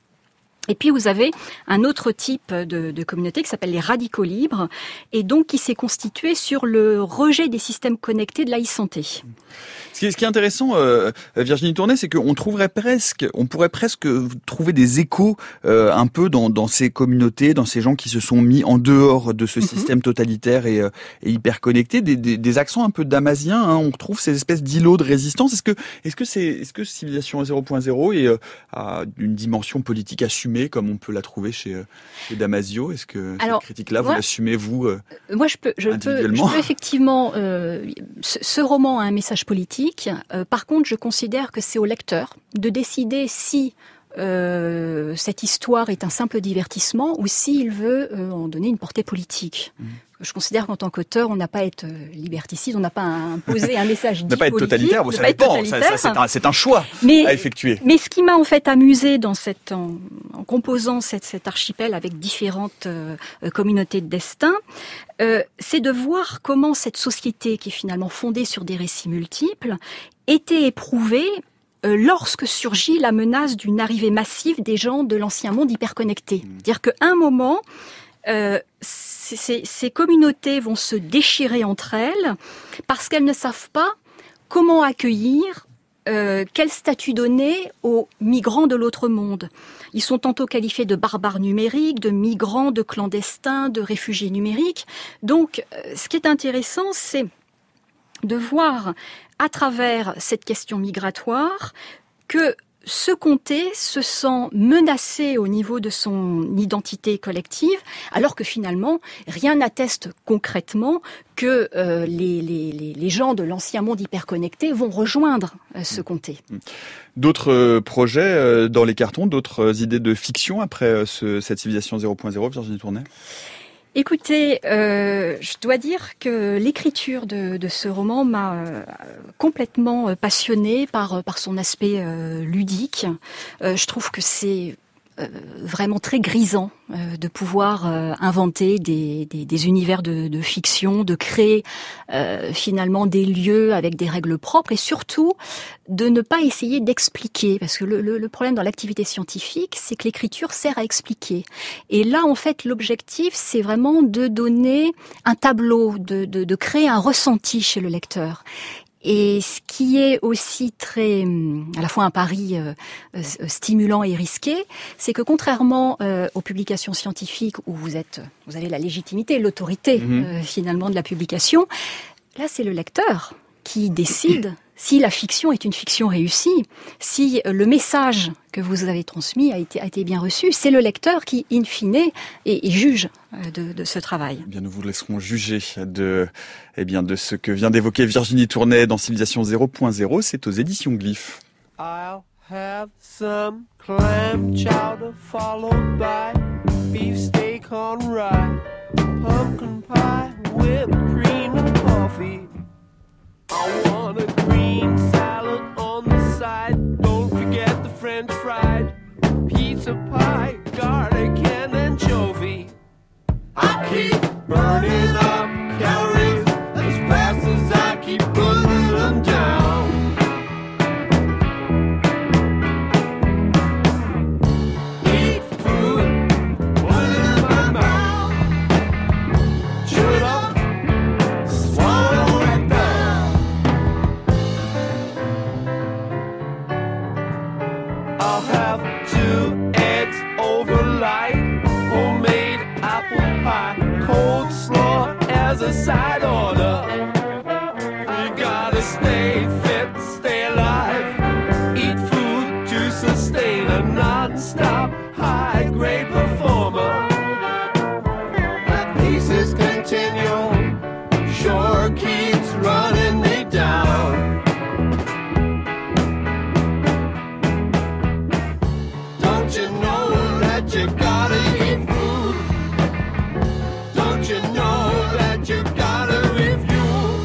Et puis vous avez un autre type de, de communauté qui s'appelle les radicaux libres, et donc qui s'est constitué sur le rejet des systèmes connectés de la e-santé. Ce qui est, ce qui est intéressant, euh, Virginie Tournet, c'est qu'on trouverait presque, on pourrait presque trouver des échos euh, un peu dans, dans ces communautés, dans ces gens qui se sont mis en dehors de ce mm-hmm. système totalitaire et, euh, et hyper connecté, des, des, des accents un peu damasiens. Hein, on retrouve ces espèces d'îlots de résistance. Est-ce que, est-ce que c'est, est-ce que Civilisation zéro point zéro est euh, a une dimension politique assumée comme on peut la trouver chez, chez Damasio? Est-ce que Alors, cette critique-là, vous moi, l'assumez vous euh, Moi, je peux, je peux, je peux effectivement. Euh, ce, ce roman a un message politique. Euh, par contre, je considère que c'est au lecteur de décider si euh, cette histoire est un simple divertissement ou s'il veut euh, en donner une portée politique. Mmh. Je considère qu'en tant qu'auteur, on n'a pas à être liberticide, on n'a pas à imposer un message dit politique. On n'a pas à être totalitaire, bon, ça dépend, ça, ça, c'est, un, c'est un choix mais, à effectuer. Mais ce qui m'a en fait amusé dans cette, en, en composant cette, cet archipel avec différentes euh, communautés de destin, euh, c'est de voir comment cette société, qui est finalement fondée sur des récits multiples, était éprouvée euh, lorsque surgit la menace d'une arrivée massive des gens de l'ancien monde hyperconnecté. Mmh. C'est-à-dire qu'à un moment, euh, Ces, ces communautés vont se déchirer entre elles parce qu'elles ne savent pas comment accueillir, euh, quel statut donner aux migrants de l'autre monde. Ils sont tantôt qualifiés de barbares numériques, de migrants, de clandestins, de réfugiés numériques. Donc, euh, ce qui est intéressant, c'est de voir à travers cette question migratoire que ce comté se sent menacé au niveau de son identité collective, alors que finalement, rien n'atteste concrètement que euh, les, les, les gens de l'ancien monde hyperconnecté vont rejoindre euh, ce comté. D'autres euh, projets euh, dans les cartons, d'autres euh, idées de fiction après euh, ce, cette civilisation zéro point zéro, Virginie Tournet ? Écoutez, euh, je dois dire que l'écriture de, de ce roman m'a euh, complètement passionnée par, par son aspect euh, ludique. Euh, je trouve que c'est euh, vraiment très grisant euh, de pouvoir euh, inventer des, des, des univers de, de fiction, de créer euh, finalement des lieux avec des règles propres et surtout de ne pas essayer d'expliquer, parce que le, le, le problème dans l'activité scientifique, c'est que l'écriture sert à expliquer. Et là, en fait, l'objectif, c'est vraiment de donner un tableau, de, de, de créer un ressenti chez le lecteur. Et ce qui est aussi très, à la fois un pari euh, euh, stimulant et risqué, c'est que contrairement euh, aux publications scientifiques où vous êtes, vous avez la légitimité, l'autorité mmh. euh, finalement de la publication, là c'est le lecteur qui décide si la fiction est une fiction réussie, si le message que vous avez transmis a été, a été bien reçu. C'est le lecteur qui, in fine, et, et juge de, de ce travail. Eh bien, nous vous laisserons juger de, eh bien, de ce que vient d'évoquer Virginie Tournet dans Civilisation zéro point zéro. C'est aux éditions Glyph. I'll have some clam chowder followed by beefsteak on rye, pumpkin pie with cream and coffee. I want a green salad on the side. Don't forget the French fried pizza pie, garlic and anchovy. I keep burning up calories as fast as I keep putting them down. Eat food, put it in my mouth. Chew it up, swallow it down. I'll have two eggs over light, homemade apple pie, cold slaw as a side order. You gotta stay fit, stay alive, eat food to sustain a non-stop high-grade performer. That thesis continue, sure keeps running me down. Don't you know that you gotta eat food? Don't you know that you gotta review?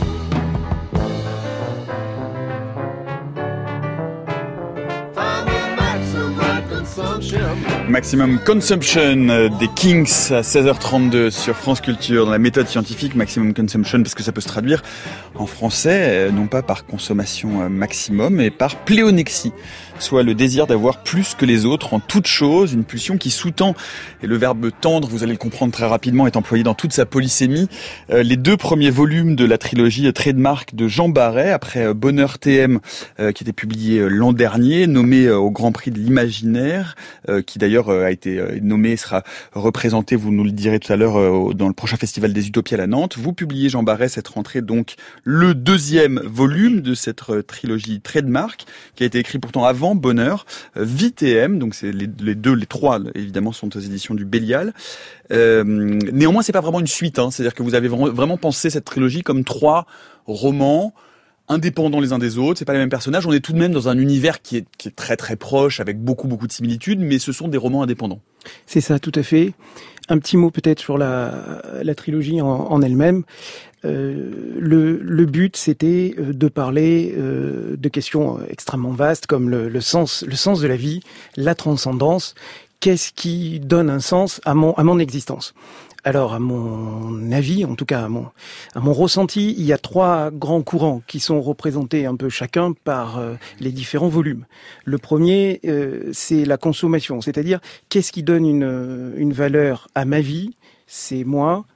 Find the maximum consumption. Maximum Consumption des Kings à seize heures trente-deux sur France Culture dans la méthode scientifique. Maximum Consumption parce que ça peut se traduire en français non pas par consommation maximum mais par pléonexie, soit le désir d'avoir plus que les autres en toute chose, une pulsion qui sous-tend, et le verbe tendre, vous allez le comprendre très rapidement, est employé dans toute sa polysémie, euh, les deux premiers volumes de la trilogie Trademark de Jean Barret, après Bonheur T M euh, qui était publié l'an dernier, nommé euh, au Grand Prix de l'Imaginaire, euh, qui d'ailleurs euh, a été euh, nommé, sera représenté, vous nous le direz tout à l'heure, euh, dans le prochain Festival des Utopies à la Nantes. Vous publiez, Jean Barret, cette rentrée donc le deuxième volume de cette euh, trilogie Trademark, qui a été écrit pourtant avant Bonheur, euh, Vie T M, donc c'est les, les deux, les trois évidemment sont aux éditions du Bélial. Euh, néanmoins, c'est pas vraiment une suite, hein, c'est-à-dire que vous avez vraiment pensé cette trilogie comme trois romans indépendants les uns des autres, c'est pas les mêmes personnages, on est tout de même dans un univers qui est, qui est très très proche, avec beaucoup beaucoup de similitudes, mais ce sont des romans indépendants. C'est ça, tout à fait. Un petit mot peut-être sur la, la trilogie en, en elle-même. Euh, le, le but, c'était de parler euh, de questions extrêmement vastes comme le, le sens, le sens de la vie, la transcendance. Qu'est-ce qui donne un sens à mon, à mon existence ? Alors, à mon avis, en tout cas à mon, à mon ressenti, il y a trois grands courants qui sont représentés un peu chacun par euh, les différents volumes. Le premier, euh, c'est la consommation, c'est-à-dire qu'est-ce qui donne une, une valeur à ma vie ? C'est moi,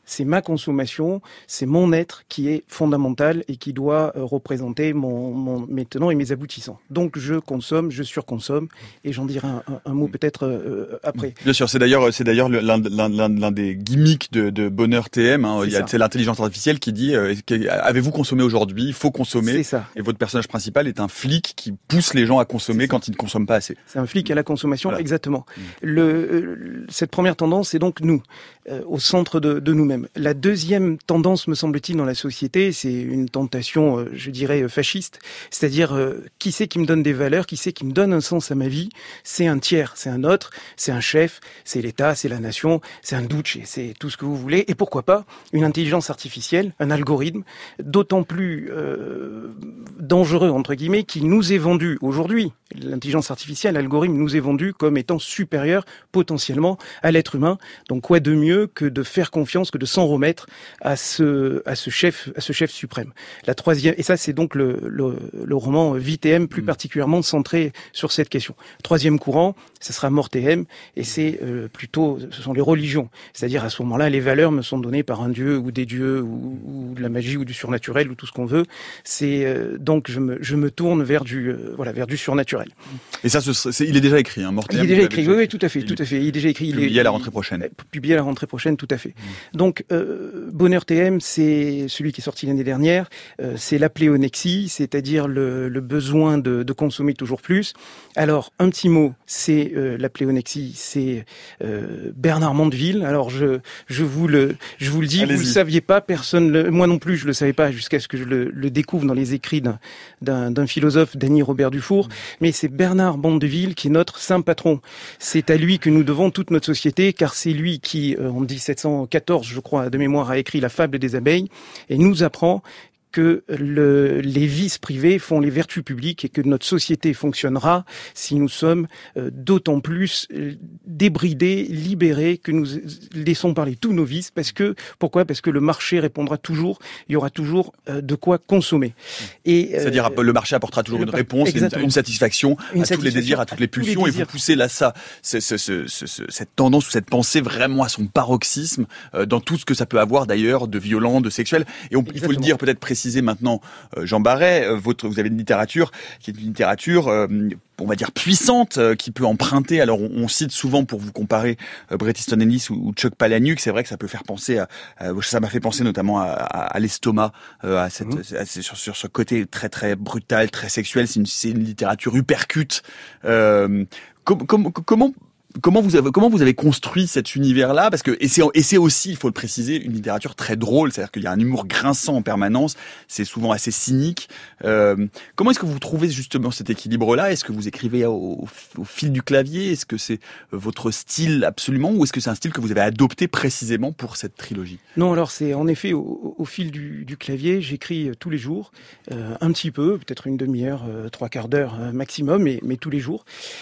C'est ma consommation, c'est mon être qui est fondamental et qui doit euh, représenter mon, mon, mes tenants et mes aboutissants. Donc je consomme, je surconsomme, et j'en dirai un, un, un mot peut-être euh, après. Bien sûr, c'est d'ailleurs, c'est d'ailleurs l'un, l'un, l'un, l'un des gimmicks de, de Bonheur T M. Hein. C'est, Il y a, c'est l'intelligence artificielle qui dit euh, avez-vous consommé aujourd'hui ? Il faut consommer. C'est ça. Et votre personnage principal est un flic qui pousse les gens à consommer quand ils ne consomment pas assez. C'est un flic à la consommation, voilà. Exactement. Mmh. Le, euh, cette première tendance, c'est donc nous, euh, au centre de, de nous-mêmes. La deuxième tendance, me semble-t-il, dans la société, c'est une tentation, euh, je dirais, fasciste. C'est-à-dire, euh, qui c'est qui me donne des valeurs, qui c'est qui me donne un sens à ma vie ? C'est un tiers, c'est un autre, c'est un chef, c'est l'État, c'est la nation, c'est un duce, c'est tout ce que vous voulez. Et pourquoi pas une intelligence artificielle, un algorithme, d'autant plus euh, dangereux, entre guillemets, qu'il nous est vendu aujourd'hui. L'intelligence artificielle, l'algorithme nous est vendu comme étant supérieur potentiellement à l'être humain. Donc quoi de mieux que de faire confiance, que de s'en remettre à ce à ce chef à ce chef suprême. La troisième, et ça c'est donc le le, le roman Vie T M plus mmh. particulièrement centré sur cette question. Troisième courant, ce sera Mort T M, et c'est euh, plutôt ce sont les religions. C'est-à-dire à ce moment-là, les valeurs me sont données par un dieu ou des dieux ou, ou de la magie ou du surnaturel ou tout ce qu'on veut. C'est euh, donc je me je me tourne vers du euh, voilà vers du surnaturel. Et ça, ce, c'est, il est déjà écrit, hein, Mort T M. Il est déjà écrit, oui, oui, tout à fait, tout à fait. Il est déjà écrit. Publié il est, à la rentrée prochaine. Publié à la rentrée prochaine, tout à fait. Mmh. Donc, euh, Bonheur T M, c'est celui qui est sorti l'année dernière. Euh, c'est la pléonexie, c'est-à-dire le, le besoin de, de consommer toujours plus. Alors, un petit mot, c'est euh, la pléonexie, c'est euh, Bernard Mandeville. Alors, je, je vous le, je vous le dis, Allez-y. Vous le saviez pas, personne, le, moi non plus, je le savais pas jusqu'à ce que je le, le découvre dans les écrits d'un, d'un, d'un philosophe, Denis Robert Dufour. Mmh. Mais c'est Bernard Mandeville qui est notre saint patron. C'est à lui que nous devons toute notre société, car c'est lui qui, euh, en dix-sept cent quatorze, je crois, de mémoire, a écrit La fable des abeilles et nous apprend que le, les vices privés font les vertus publiques et que notre société fonctionnera si nous sommes euh, d'autant plus euh, débridés, libérés, que nous laissons parler tous nos vices. Parce que pourquoi ? Parce que le marché répondra toujours. Il y aura toujours euh, de quoi consommer. Et euh, c'est-à-dire le marché apportera toujours une réponse, une, une satisfaction une à satisfaction, tous les désirs, à toutes les pulsions, les et vous poussez là ça, c'est, c'est, c'est, c'est, c'est, cette tendance ou cette pensée vraiment à son paroxysme euh, dans tout ce que ça peut avoir d'ailleurs de violent, de sexuel. Et on, il faut le dire peut-être précisément. Maintenant, euh, Jean Barret, euh, votre, vous avez une littérature qui est une littérature, euh, on va dire puissante, euh, qui peut emprunter. Alors, on, on cite souvent pour vous comparer euh, Bret Easton Ellis ou, ou Chuck Palahniuk. C'est vrai que ça peut faire penser à, à ça m'a fait penser notamment à, à, à l'estomac, euh, à cette, mmh. à, sur, sur ce côté très très brutal, très sexuel. C'est une, c'est une littérature hypercute. Euh, com, com, comment Comment vous avez comment vous avez construit cet univers-là ? Parce que et c'est et c'est aussi, il faut le préciser, une littérature très drôle, c'est-à-dire qu'il y a un humour grinçant en permanence, c'est souvent assez cynique. Euh, comment est-ce que vous trouvez justement cet équilibre-là ? Est-ce que vous écrivez au, au, au fil du clavier ? Est-ce que c'est votre style absolument, ou est-ce que c'est un style que vous avez adopté précisément pour cette trilogie ? Non, alors c'est en effet au, au fil du, du clavier, j'écris tous les jours, euh, un petit peu, peut-être une demi-heure, euh, trois quarts d'heure euh, maximum, mais, mais tous les jours,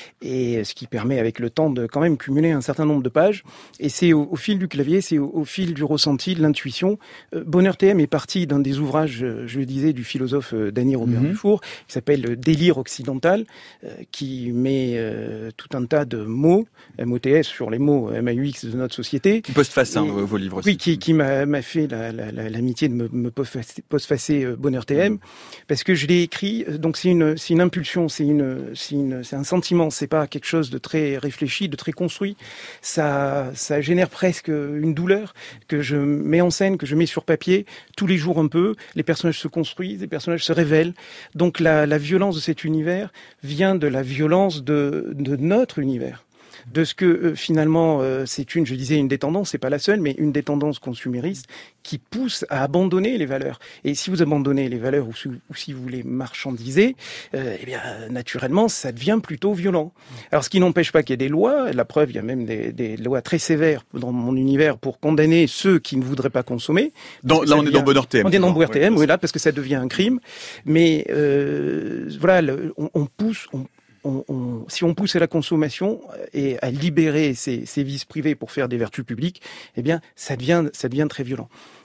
et ce qui permet avec le temps de quand même cumuler un certain nombre de pages. Et c'est au, au fil du clavier, c'est au, au fil du ressenti, de l'intuition. Euh, Bonheur T M est parti d'un des ouvrages, euh, je le disais, du philosophe euh, Denis Robert mm-hmm. Dufour, qui s'appelle Délire occidental, euh, qui met euh, tout un tas de mots, M O T S, sur les mots M A U X de notre société. Qui postface hein, vos livres aussi. Oui, qui, qui m'a, m'a fait la, la, la, l'amitié de me, me postfacer euh, Bonheur T M, mm. parce que je l'ai écrit, donc c'est une, c'est une impulsion, c'est, une, c'est, une, c'est un sentiment, c'est pas quelque chose de très réfléchi, de très construit. Ça, ça génère presque une douleur que je mets en scène, que je mets sur papier tous les jours un peu. Les personnages se construisent, les personnages se révèlent. Donc la, la violence de cet univers vient de la violence de, de notre univers. De ce que euh, finalement euh, c'est une, je disais une des tendances, c'est pas la seule, mais une des tendances consuméristes qui pousse à abandonner les valeurs. Et si vous abandonnez les valeurs ou si, ou si vous les marchandisez, euh, eh bien naturellement ça devient plutôt violent. Alors ce qui n'empêche pas qu'il y ait des lois, la preuve, il y a même des, des lois très sévères dans mon univers pour condamner ceux qui ne voudraient pas consommer. Dans, là on devient, est dans Bonheur T M. On est dans Bonheur T M, oui, là parce que ça devient un crime. Mais euh, voilà, le, on, on pousse. On, On, on, si on pousse à la consommation et à libérer ces, ces vices privés pour faire des vertus publiques, eh bien, ça devient, ça devient très violent.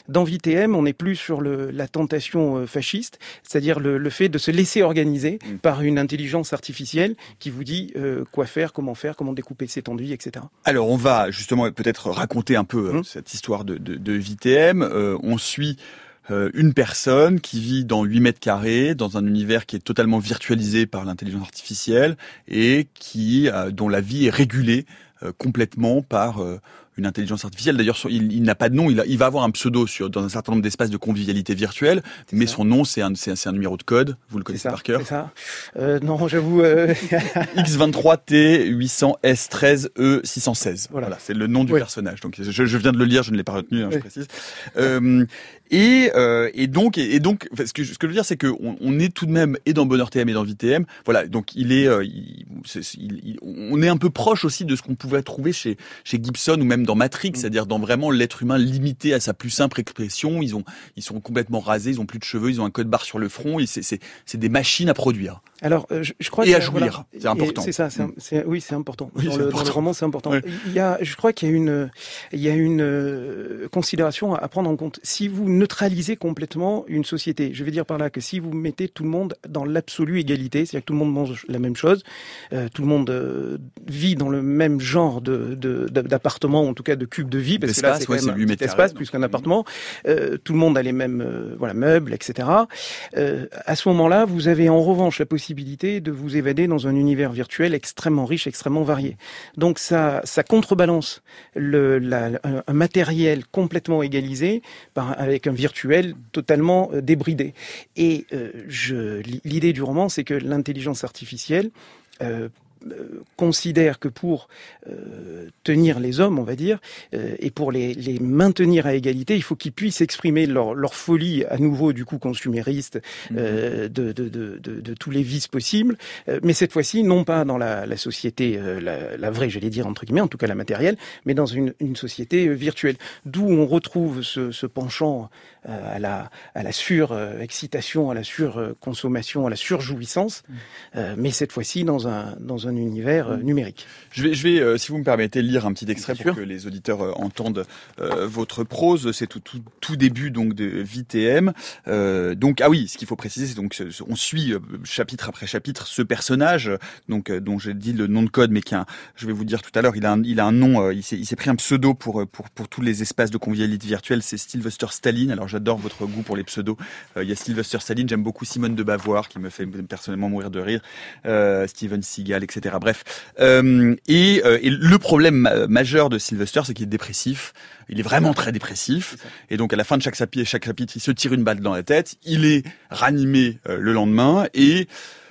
Dans V T M, on est plus sur le, la tentation fasciste, c'est-à-dire le, le fait de se laisser organiser mmh. par une intelligence artificielle qui vous dit euh, quoi faire, comment faire, comment découper cette enduit, et cetera. Alors on va justement peut-être raconter un peu mmh. cette histoire de, de, de V T M. Euh, on suit euh, une personne qui vit dans huit mètres carrés, dans un univers qui est totalement virtualisé par l'intelligence artificielle et qui euh, dont la vie est régulée euh, complètement par euh, une intelligence artificielle. D'ailleurs, il, il n'a pas de nom. Il, a, il va avoir un pseudo sur, dans un certain nombre d'espaces de convivialité virtuelle, c'est mais ça. Son nom, c'est un, c'est, un, c'est un numéro de code. Vous le connaissez ça, par cœur. C'est ça. Euh, non, j'avoue. Euh... X vingt-trois T huit cents S treize E six cent seize. Voilà, voilà c'est le nom du oui. personnage. Donc, je, je viens de le lire, je ne l'ai pas retenu, hein, oui. je précise. Euh, et, euh, et donc, et, et donc, ce que, ce que je veux dire, c'est que on, on est tout de même et dans Bonheur T M et dans V T M. Voilà, donc il est, euh, il, c'est, il, il, on est un peu proche aussi de ce qu'on pouvait trouver chez chez Gibson ou même dans Matrix, mmh. c'est-à-dire dans vraiment l'être humain limité à sa plus simple expression. Ils ont, ils sont complètement rasés, ils ont plus de cheveux, ils ont un code barre sur le front. Et c'est, c'est, c'est des machines à produire. Alors, euh, je, je crois et que, à jouir, voilà, c'est important. C'est ça, c'est, mmh. c'est, oui, c'est important. Oui, dans, c'est le, important. dans le roman, c'est important. Oui. Il y a, je crois qu'il y a une, il y a une euh, considération à prendre en compte. Si vous neutralisez complètement une société, je veux dire par là que si vous mettez tout le monde dans l'absolue égalité, c'est-à-dire que tout le monde mange la même chose, euh, tout le monde euh, vit dans le même genre de, de, de d'appartement, en tout cas de cube de vie, parce l'espace, que là c'est ouais, quand même un petit espace plus qu'un appartement. Euh, tout le monde a les mêmes euh, voilà meubles, et cetera. Euh, à ce moment-là, vous avez en revanche la possibilité de vous évader dans un univers virtuel extrêmement riche, extrêmement varié. Donc ça, ça contrebalance le, la, un, un matériel complètement égalisé par, avec un virtuel totalement euh, débridé. Et euh, je, l'idée du roman, c'est que l'intelligence artificielle euh, Euh, considère que pour euh, tenir les hommes, on va dire, euh, et pour les, les maintenir à égalité, il faut qu'ils puissent exprimer leur, leur folie à nouveau du coup consumériste euh, de, de, de, de, de tous les vices possibles, euh, mais cette fois-ci non pas dans la, la société, euh, la, la vraie, j'allais dire entre guillemets, en tout cas la matérielle, mais dans une, une société euh, virtuelle. D'où on retrouve ce, ce penchant euh, à la, à la sur-excitation, à la sur-consommation, à la surjouissance, euh, mais cette fois-ci dans un, dans un un univers euh, numérique. Je vais, je vais euh, si vous me permettez, lire un petit extrait Bien pour sûr. que les auditeurs euh, entendent euh, votre prose. C'est tout, tout, tout début donc de V T M. Euh, donc ah oui, ce qu'il faut préciser, c'est donc on suit euh, chapitre après chapitre ce personnage, donc euh, dont j'ai dit le nom de code, mais qui a, un, je vais vous dire tout à l'heure, il a un, il a un nom, euh, il s'est, il s'est pris un pseudo pour pour pour tous les espaces de convivialité virtuelle. C'est Sylvester Stallone. Alors j'adore votre goût pour les pseudos. Euh, il y a Sylvester Stallone. J'aime beaucoup Simone de Beauvoir qui me fait personnellement mourir de rire. Euh, Steven Seagal, et cetera. Bref, euh, et, euh, et le problème ma- majeur de Sylvester, c'est qu'il est dépressif. Il est vraiment très dépressif. Et donc, à la fin de chaque chapitre, chaque chapitre, il se tire une balle dans la tête. Il est ranimé euh, le lendemain et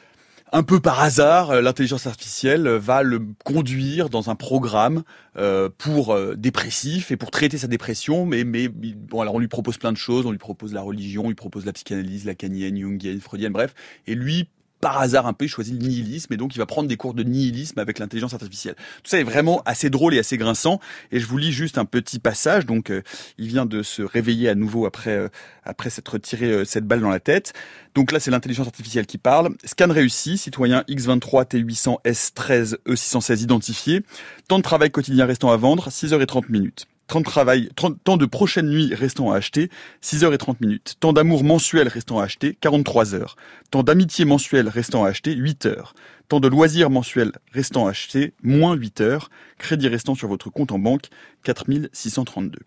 un peu par hasard, euh, l'intelligence artificielle va le conduire dans un programme euh, pour euh, dépressif et pour traiter sa dépression. Mais, mais bon, alors on lui propose plein de choses. On lui propose la religion, on lui propose la psychanalyse, la lacanienne, jungienne, freudienne, bref. Et lui, par hasard un peu, il choisit le nihilisme et donc il va prendre des cours de nihilisme avec l'intelligence artificielle. Tout ça est vraiment assez drôle et assez grinçant. Et je vous lis juste un petit passage. Donc, euh, il vient de se réveiller à nouveau après euh, après s'être tiré euh, cette balle dans la tête. Donc là, c'est l'intelligence artificielle qui parle. Scan réussi, citoyen X vingt-trois T huit cents S treize E six cent seize identifié. Temps de travail quotidien restant à vendre, six heures trente minutes. Temps de travail, temps de prochaine nuit restant à acheter, six heures trente minutes. Temps d'amour mensuel restant à acheter, quarante-trois heures. Temps d'amitié mensuel restant à acheter, huit heures. Temps de loisirs mensuel restant à acheter, moins huit heures. Crédit restant sur votre compte en banque, quatre mille six cent trente-deux.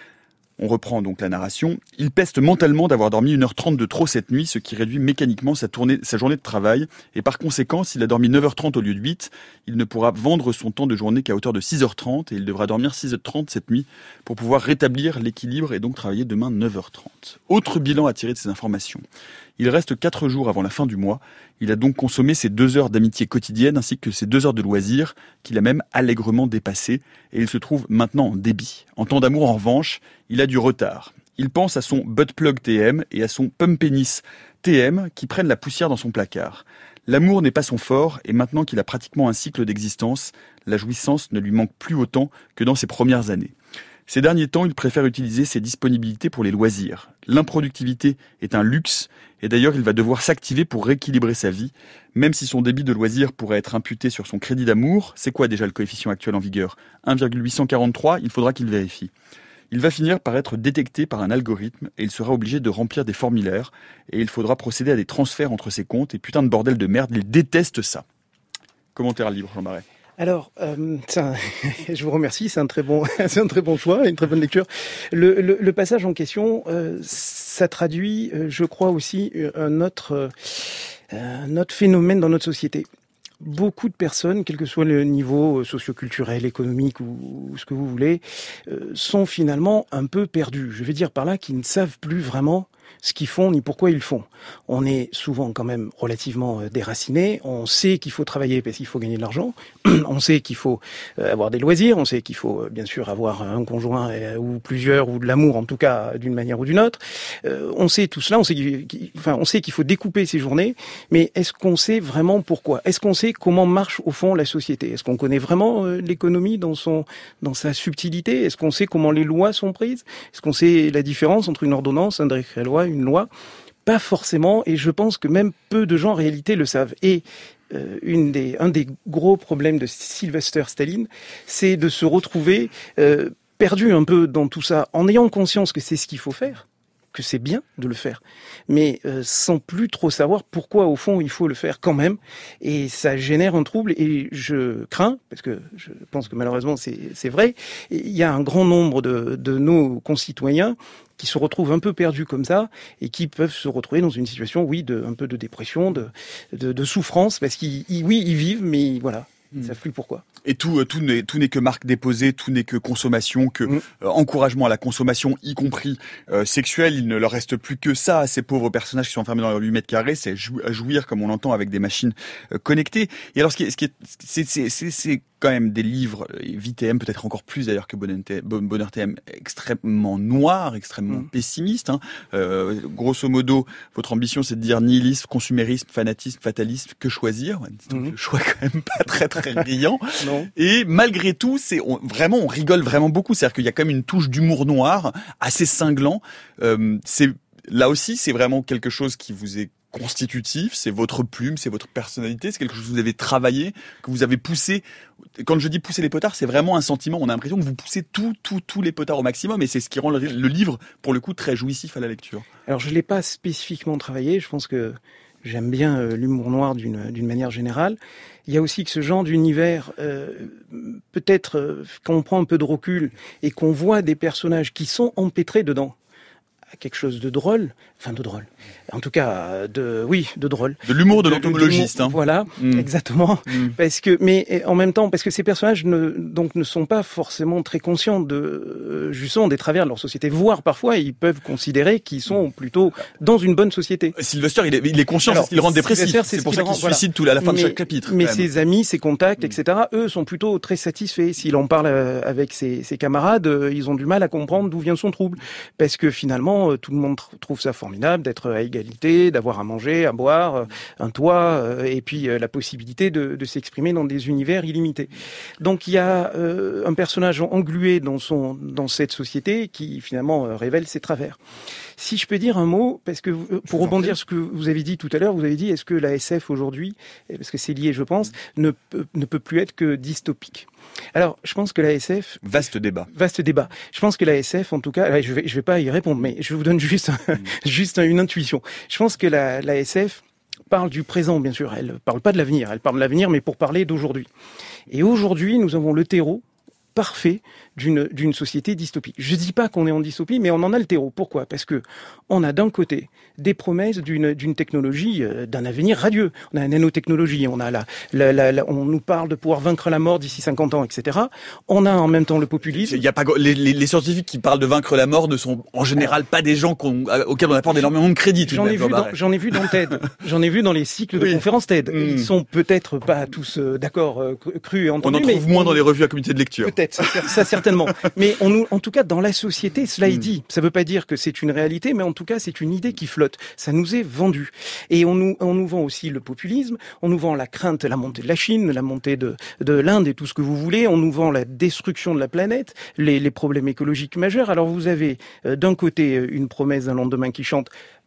On reprend donc la narration. Il peste mentalement d'avoir dormi une heure trente de trop cette nuit, ce qui réduit mécaniquement sa, tournée, sa journée de travail. Et par conséquent, s'il a dormi neuf heures trente au lieu de huit, il ne pourra vendre son temps de journée qu'à hauteur de six heures trente et il devra dormir six heures trente cette nuit pour pouvoir rétablir l'équilibre et donc travailler demain neuf heures trente. Autre bilan à tirer de ces informations. Il reste quatre jours avant la fin du mois. Il a donc consommé ses deux heures d'amitié quotidienne ainsi que ses deux heures de loisirs qu'il a même allègrement dépassées et il se trouve maintenant en débit. En temps d'amour, en revanche, il a du retard. Il pense à son buttplug T M et à son pumpenis T M qui prennent la poussière dans son placard. L'amour n'est pas son fort et maintenant qu'il a pratiquement un cycle d'existence, la jouissance ne lui manque plus autant que dans ses premières années. Ces derniers temps, il préfère utiliser ses disponibilités pour les loisirs. L'improductivité est un luxe, et d'ailleurs il va devoir s'activer pour rééquilibrer sa vie, même si son débit de loisirs pourrait être imputé sur son crédit d'amour. C'est quoi déjà le coefficient actuel en vigueur ? un virgule huit cent quarante-trois, il faudra qu'il vérifie. Il va finir par être détecté par un algorithme et il sera obligé de remplir des formulaires et il faudra procéder à des transferts entre ses comptes et putain de bordel de merde, il déteste ça. Commentaire libre, Jean Marais. Alors, euh, un, je vous remercie, c'est un très bon, c'est un très bon choix, une très bonne lecture. Le, le, le passage en question, euh, ça traduit, euh, je crois aussi, un autre, euh, un autre phénomène dans notre société. Beaucoup de personnes, quel que soit le niveau socio-culturel, économique ou, ou ce que vous voulez, euh, sont finalement un peu perdus. Je vais dire par là qu'ils ne savent plus vraiment ce qu'ils font ni pourquoi ils le font. On est souvent quand même relativement déraciné, on sait qu'il faut travailler parce qu'il faut gagner de l'argent, on sait qu'il faut avoir des loisirs, on sait qu'il faut bien sûr avoir un conjoint ou plusieurs ou de l'amour en tout cas d'une manière ou d'une autre. On sait tout cela, on sait qu'il, enfin, on sait qu'il faut découper ses journées, mais est-ce qu'on sait vraiment pourquoi ? Est-ce qu'on sait comment marche au fond la société ? Est-ce qu'on connaît vraiment l'économie dans son, dans sa subtilité ? Est-ce qu'on sait comment les lois sont prises ? Est-ce qu'on sait la différence entre une ordonnance, un décret-loi, une loi? Pas forcément, et je pense que même peu de gens en réalité le savent. Et euh, une des, un des gros problèmes de Sylvester Stallone, c'est de se retrouver euh, perdu un peu dans tout ça, en ayant conscience que c'est ce qu'il faut faire, que c'est bien de le faire, mais euh, sans plus trop savoir pourquoi au fond il faut le faire quand même, et ça génère un trouble, et je crains, parce que je pense que malheureusement c'est, c'est vrai, il y a un grand nombre de, de nos concitoyens qui se retrouvent un peu perdus comme ça et qui peuvent se retrouver dans une situation, oui, de un peu de dépression, de de, de souffrance, parce qu'ils, oui, ils vivent, mais voilà, ils ne savent plus pourquoi. Et tout, tout n'est, tout n'est que marque déposée, tout n'est que consommation, que mmh. euh, encouragement à la consommation, y compris euh, sexuelle. Il ne leur reste plus que ça à ces pauvres personnages qui sont enfermés dans leurs huit mètres carrés, c'est jouir comme on l'entend avec des machines euh, connectées. Et alors, ce qui est, ce qui est, c'est, c'est, c'est, c'est quand même des livres, Vie T M, peut-être encore plus d'ailleurs que Bonheur T M, extrêmement noirs, extrêmement mmh. pessimistes. Hein. Euh, grosso modo, votre ambition, c'est de dire nihilisme, consumérisme, fanatisme, fatalisme, que choisir. C'est mmh. un choix quand même pas très très brillant. Non. Et malgré tout, c'est on, vraiment, on rigole vraiment beaucoup. C'est-à-dire qu'il y a quand même une touche d'humour noir assez cinglant. Euh, c'est là aussi, c'est vraiment quelque chose qui vous est constitutif, c'est votre plume, c'est votre personnalité, c'est quelque chose que vous avez travaillé, que vous avez poussé. Quand je dis pousser les potards, c'est vraiment un sentiment. On a l'impression que vous poussez tout, tout, tous les potards au maximum, et c'est ce qui rend le, le livre, pour le coup, très jouissif à la lecture. Alors, je l'ai pas spécifiquement travaillé. Je pense que j'aime bien euh, l'humour noir d'une, d'une manière générale. Il y a aussi que ce genre d'univers, euh, peut-être euh, quand on prend un peu de recul et qu'on voit des personnages qui sont empêtrés dedans, quelque chose de drôle, enfin de drôle, en tout cas de, oui, de drôle. De l'humour de, de l'entomologiste. Hein. Voilà, mmh. exactement. Mmh. Parce que, mais en même temps, parce que ces personnages ne, donc ne sont pas forcément très conscients de, euh, justement, des travers de leur société, voire parfois ils peuvent considérer qu'ils sont plutôt dans une bonne société. Sylvester, il est, il est conscient, c'est ce qui le rend dépressif. C'est, c'est pour ça qu'il se suicide tout à la fin mais, de chaque chapitre. Mais ses amis, ses contacts, mmh. et cetera, eux sont plutôt très satisfaits. S'il en parle avec ses, ses camarades, ils ont du mal à comprendre d'où vient son trouble, parce que finalement tout le monde trouve ça formidable d'être à égalité, d'avoir à manger, à boire, un toit, et puis la possibilité de, de s'exprimer dans des univers illimités. Donc il y a euh, un personnage englué dans son dans cette société qui finalement euh, révèle ses travers. Si je peux dire un mot, parce que euh, pour rebondir sur ce que vous avez dit tout à l'heure, vous avez dit est-ce que la S F aujourd'hui, parce que c'est lié je pense, ne peut, ne peut plus être que dystopique. Alors, je pense que la S F... Vaste débat. Vaste débat. Je pense que la S F, en tout cas, là, je vais, je vais pas y répondre, mais je vous donne juste, un, mmh. juste une intuition. Je pense que la, la S F parle du présent, bien sûr. Elle parle pas de l'avenir. Elle parle de l'avenir, mais pour parler d'aujourd'hui. Et aujourd'hui, nous avons le terreau parfait d'une, d'une société dystopique. Je dis pas qu'on est en dystopie, mais on en a le terreau. Pourquoi ? Parce que on a d'un côté des promesses d'une, d'une technologie, euh, d'un avenir radieux. On a la nanotechnologie, on a la, la, la, la, on nous parle de pouvoir vaincre la mort d'ici cinquante ans, et cetera. On a en même temps le populisme. Il y a pas les, les, les scientifiques qui parlent de vaincre la mort ne sont en général pas des gens qu'on, auxquels on apporte énormément de crédit. J'en ai vu, dans, j'en ai vu dans TED. J'en ai vu dans les cycles de oui. conférences TED. Mmh. Ils sont peut-être pas tous euh, d'accord, euh, crus et entendus. On en trouve mais moins on... dans les revues à comité de lecture. Peut-être, ça, ça certainement. Mais on nous, en tout cas, dans la société, cela est dit. Ça ne veut pas dire que c'est une réalité, mais en tout cas, c'est une idée qui flotte. Ça nous est vendu. Et on nous, on nous vend aussi le populisme, on nous vend la crainte, la montée de la Chine, la montée de, de l'Inde et tout ce que vous voulez. On nous vend la destruction de la planète, les, les problèmes écologiques majeurs. Alors vous avez euh, d'un côté une promesse d'un lendemain qui chante,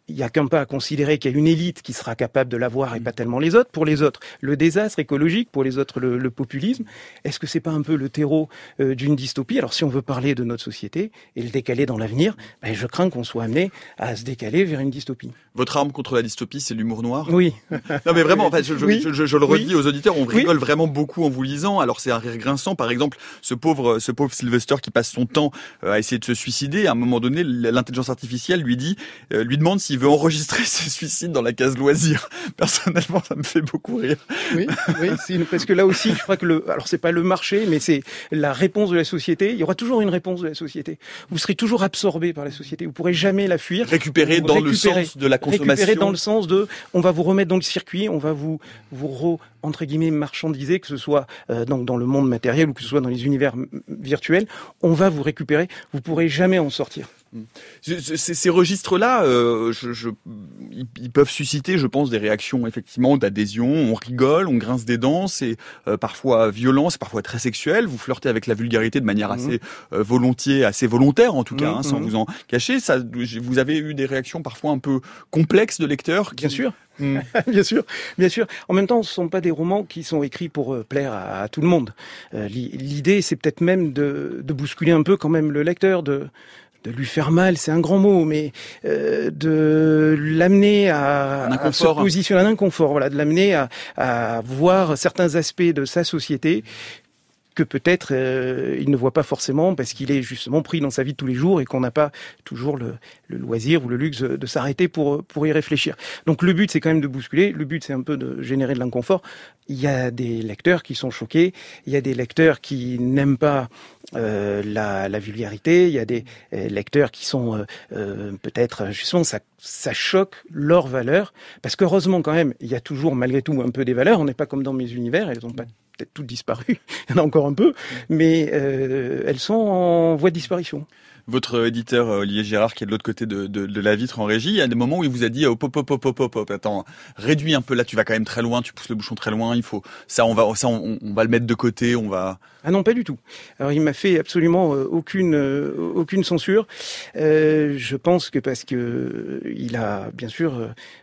il n'y a qu'un pas à considérer qu'il y a une élite qui sera capable de l'avoir et pas tellement les autres. Pour les autres, le désastre écologique, pour les autres, le, le populisme. Est-ce que c'est pas un peu le terreau euh, d'une dystopie? Alors, si on veut parler de notre société et le décaler dans l'avenir, ben, je crains qu'on soit amené à se décaler vers une dystopie. Votre arme contre la dystopie, c'est l'humour noir? Oui. Non, mais vraiment, en fait, je, je, oui. je, je, je le redis oui. aux auditeurs, on rigole oui. vraiment beaucoup en vous lisant. Alors, c'est un rire grinçant. Par exemple, ce pauvre, ce pauvre Sylvester qui passe son temps à essayer de se suicider. À un moment donné, l'intelligence artificielle lui dit, euh, lui demande s'il veut enregistrer ses suicides dans la case loisirs. Personnellement, ça me fait beaucoup rire. Oui, oui, c'est une, parce que là aussi, je crois que le, alors c'est pas le marché, mais c'est la réponse de la société. Il y aura toujours une réponse de la société. Vous serez toujours absorbé par la société. Vous pourrez jamais la fuir. Récupérer dans récupérer, le sens de la consommation. Récupérer dans le sens de, on va vous remettre dans le circuit, on va vous, vous re, entre guillemets, marchandiser, que ce soit euh, donc dans le monde matériel ou que ce soit dans les univers virtuels. On va vous récupérer. Vous pourrez jamais en sortir. Ces, ces registres-là, euh, je, je, ils, ils peuvent susciter, je pense, des réactions effectivement d'adhésion. On rigole, on grince des dents, c'est euh, parfois violent, c'est parfois très sexuel. Vous flirtez avec la vulgarité de manière assez euh, volontiers, assez volontaire en tout cas, mmh, hein, sans mmh. vous en cacher. Ça, vous avez eu des réactions parfois un peu complexes de lecteurs. Qui... Bien sûr. Mmh. bien sûr, bien sûr. En même temps, ce ne sont pas des romans qui sont écrits pour euh, plaire à, à tout le monde. Euh, l'idée, c'est peut-être même de, de bousculer un peu quand même le lecteur, de de lui faire mal, c'est un grand mot, mais euh, de l'amener à, à se positionner, un inconfort, voilà, de l'amener à, à voir certains aspects de sa société que peut-être euh, il ne voit pas forcément parce qu'il est justement pris dans sa vie de tous les jours et qu'on n'a pas toujours le, le loisir ou le luxe de s'arrêter pour pour y réfléchir. Donc le but, c'est quand même de bousculer. Le but, c'est un peu de générer de l'inconfort. Il y a des lecteurs qui sont choqués. Il y a des lecteurs qui n'aiment pas euh, la, la vulgarité. Il y a des euh, lecteurs qui sont euh, euh, peut-être justement ça ça choque leurs valeurs parce qu'heureusement quand même, il y a toujours malgré tout un peu des valeurs. On n'est pas comme dans Mes univers. Elles ont pas peut-être toutes disparu, il y en a encore un peu, mais euh, elles sont en voie de disparition. Votre éditeur Olivier Gérard, qui est de l'autre côté de, de, de la vitre en régie, il y a des moments où il vous a dit oh, pop pop pop pop pop pop attends, réduis un peu là, tu vas quand même très loin, tu pousses le bouchon très loin, il faut ça on va ça on, on va le mettre de côté, on va. Ah non, pas du tout. Alors il m'a fait absolument euh, aucune euh, aucune censure. Euh, je pense que parce que euh, il a bien sûr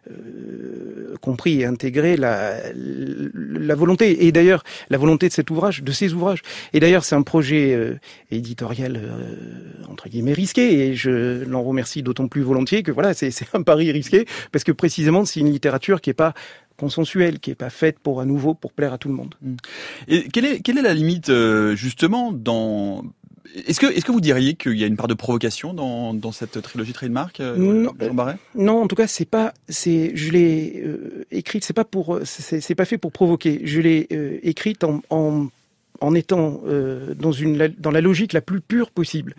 euh, compris et intégré la la volonté et d'ailleurs la volonté de cet ouvrage, de ces ouvrages. Et d'ailleurs c'est un projet euh, éditorial euh, entre guillemets risqué et je l'en remercie d'autant plus volontiers que voilà c'est c'est un pari risqué parce que précisément c'est une littérature qui est pas consensuelle, qui est pas faite pour à nouveau pour plaire à tout le monde. Et quelle est quelle est la limite euh, justement dans Est-ce que est-ce que vous diriez qu'il y a une part de provocation dans dans cette trilogie Trademark, euh, non, Jean Barret ? Non, en tout cas, c'est pas c'est je l'ai euh, écrite, c'est pas pour c'est c'est pas fait pour provoquer. Je l'ai euh, écrite en en en étant euh, dans une dans la logique la plus pure possible.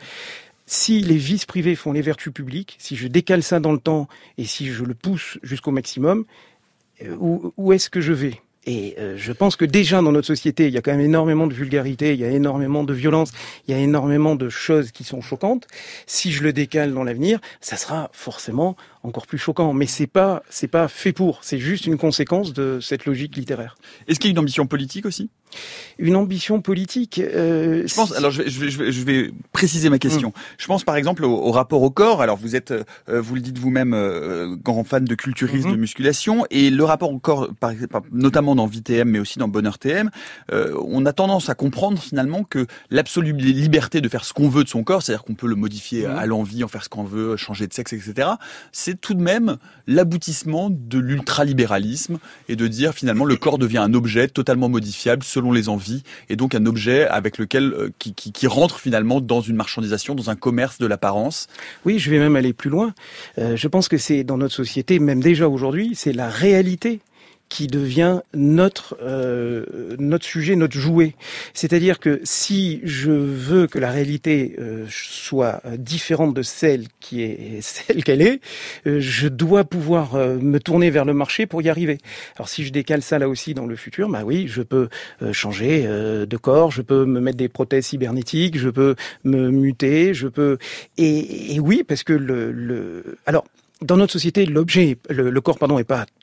Si les vices privés font les vertus publiques, si je décale ça dans le temps et si je le pousse jusqu'au maximum, euh, où, où est-ce que je vais ? Et euh, je pense que déjà dans notre société, il y a quand même énormément de vulgarité, il y a énormément de violence, il y a énormément de choses qui sont choquantes. Si je le décale dans l'avenir, ça sera forcément encore plus choquant. Mais c'est pas c'est pas fait pour, c'est juste une conséquence de cette logique littéraire. Est-ce qu'il y a une ambition politique aussi ? Une ambition politique. Euh, je pense. Alors, je vais, je vais, je vais, je vais préciser ma question. Mmh. Je pense, par exemple, au, au rapport au corps. Alors, vous êtes, euh, vous le dites vous-même, euh, grand fan de culturisme, mmh. de musculation, et le rapport au corps, par, par, notamment dans Vie T M, mais aussi dans Bonheur T M, euh, on a tendance à comprendre finalement que l'absolue liberté de faire ce qu'on veut de son corps, c'est-à-dire qu'on peut le modifier mmh. à l'envie, en faire ce qu'on veut, changer de sexe, et cetera. C'est tout de même l'aboutissement de l'ultralibéralisme et de dire finalement le corps devient un objet totalement modifiable selon les envies, et donc un objet avec lequel euh, qui, qui, qui rentre finalement dans une marchandisation, dans un commerce de l'apparence. Oui, je vais même aller plus loin. Euh, je pense que c'est dans notre société, même déjà aujourd'hui, c'est la réalité qui devient notre euh, notre sujet, notre jouet. C'est-à-dire que si je veux que la réalité euh, soit différente de celle qui est celle qu'elle est, euh, je dois pouvoir euh, me tourner vers le marché pour y arriver. Alors si je décale ça là aussi dans le futur, bah oui, je peux euh, changer euh, de corps, je peux me mettre des prothèses cybernétiques, je peux me muter, je peux et, et oui parce que le le alors dans notre société, l'objet, le, le corps, pardon, est pas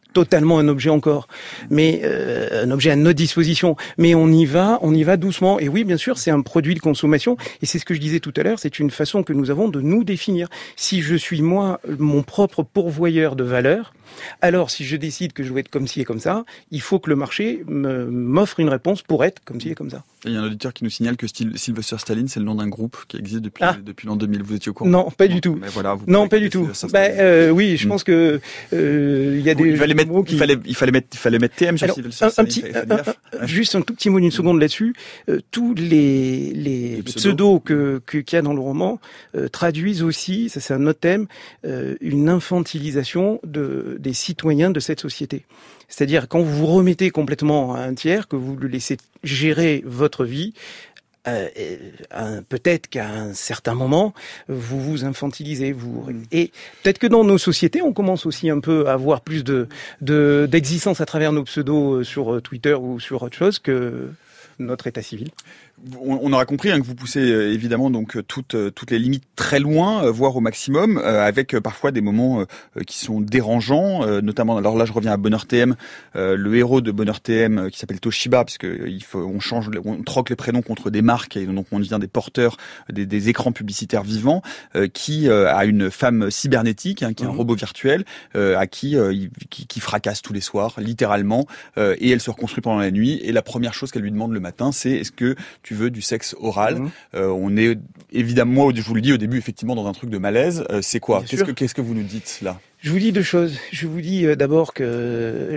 totalement un objet encore, mais euh, un objet à notre disposition. Mais on y va, on y va doucement. Et oui, bien sûr, c'est un produit de consommation. Et c'est ce que je disais tout à l'heure, c'est une façon que nous avons de nous définir. Si je suis moi, mon propre pourvoyeur de valeur, alors si je décide que je veux être comme ci et comme ça, il faut que le marché me, m'offre une réponse pour être comme ci et comme ça. Il y a un auditeur qui nous signale que Sylvester Stallone, c'est le nom d'un groupe qui existe depuis, ah. depuis l'an deux mille. Vous étiez au courant? Non, pas du tout. Mais voilà, vous non, pas du tout. Bah, euh, oui, je pense que euh, il y a des. Il fallait mettre, mots qui... il fallait, il fallait metêtre, il fallait mettre T M sur Alors, Sylvester un, Stallone. un petit, fallait, fallait un, un, juste un tout petit mot d'une seconde là-dessus. Euh, tous les, les, les pseudos, pseudos que, que, qu'il y a dans le roman euh, traduisent aussi, ça c'est un autre thème, euh, une infantilisation de, des citoyens de cette société. C'est-à-dire quand vous vous remettez complètement à un tiers, que vous le laissez gérer votre vie, euh, euh, peut-être qu'à un certain moment, vous vous infantilisez. Vous... Et peut-être que dans nos sociétés, on commence aussi un peu à avoir plus de, de, d'existence à travers nos pseudos sur Twitter ou sur autre chose que notre état civil. On aura compris hein, que vous poussez euh, évidemment donc toutes toutes les limites très loin, euh, voire au maximum, euh, avec euh, parfois des moments euh, qui sont dérangeants, euh, notamment. Alors là, je reviens à Bonheur T M, euh, le héros de Bonheur T M euh, qui s'appelle Toshiba, parce que il faut, on change, on troque les prénoms contre des marques et donc on devient des porteurs des, des écrans publicitaires vivants, euh, qui euh, a une femme cybernétique, hein, qui est un robot virtuel, euh, à qui, euh, il, qui qui fracasse tous les soirs, littéralement, euh, et elle se reconstruit pendant la nuit. Et la première chose qu'elle lui demande le matin, c'est est-ce que tu veux du sexe oral. Mmh. Euh, on est évidemment, moi je vous le dis au début, effectivement dans un truc de malaise. Euh, c'est quoi ? Qu'est-ce que, qu'est-ce que vous nous dites là ? Je vous dis deux choses. Je vous dis euh, d'abord que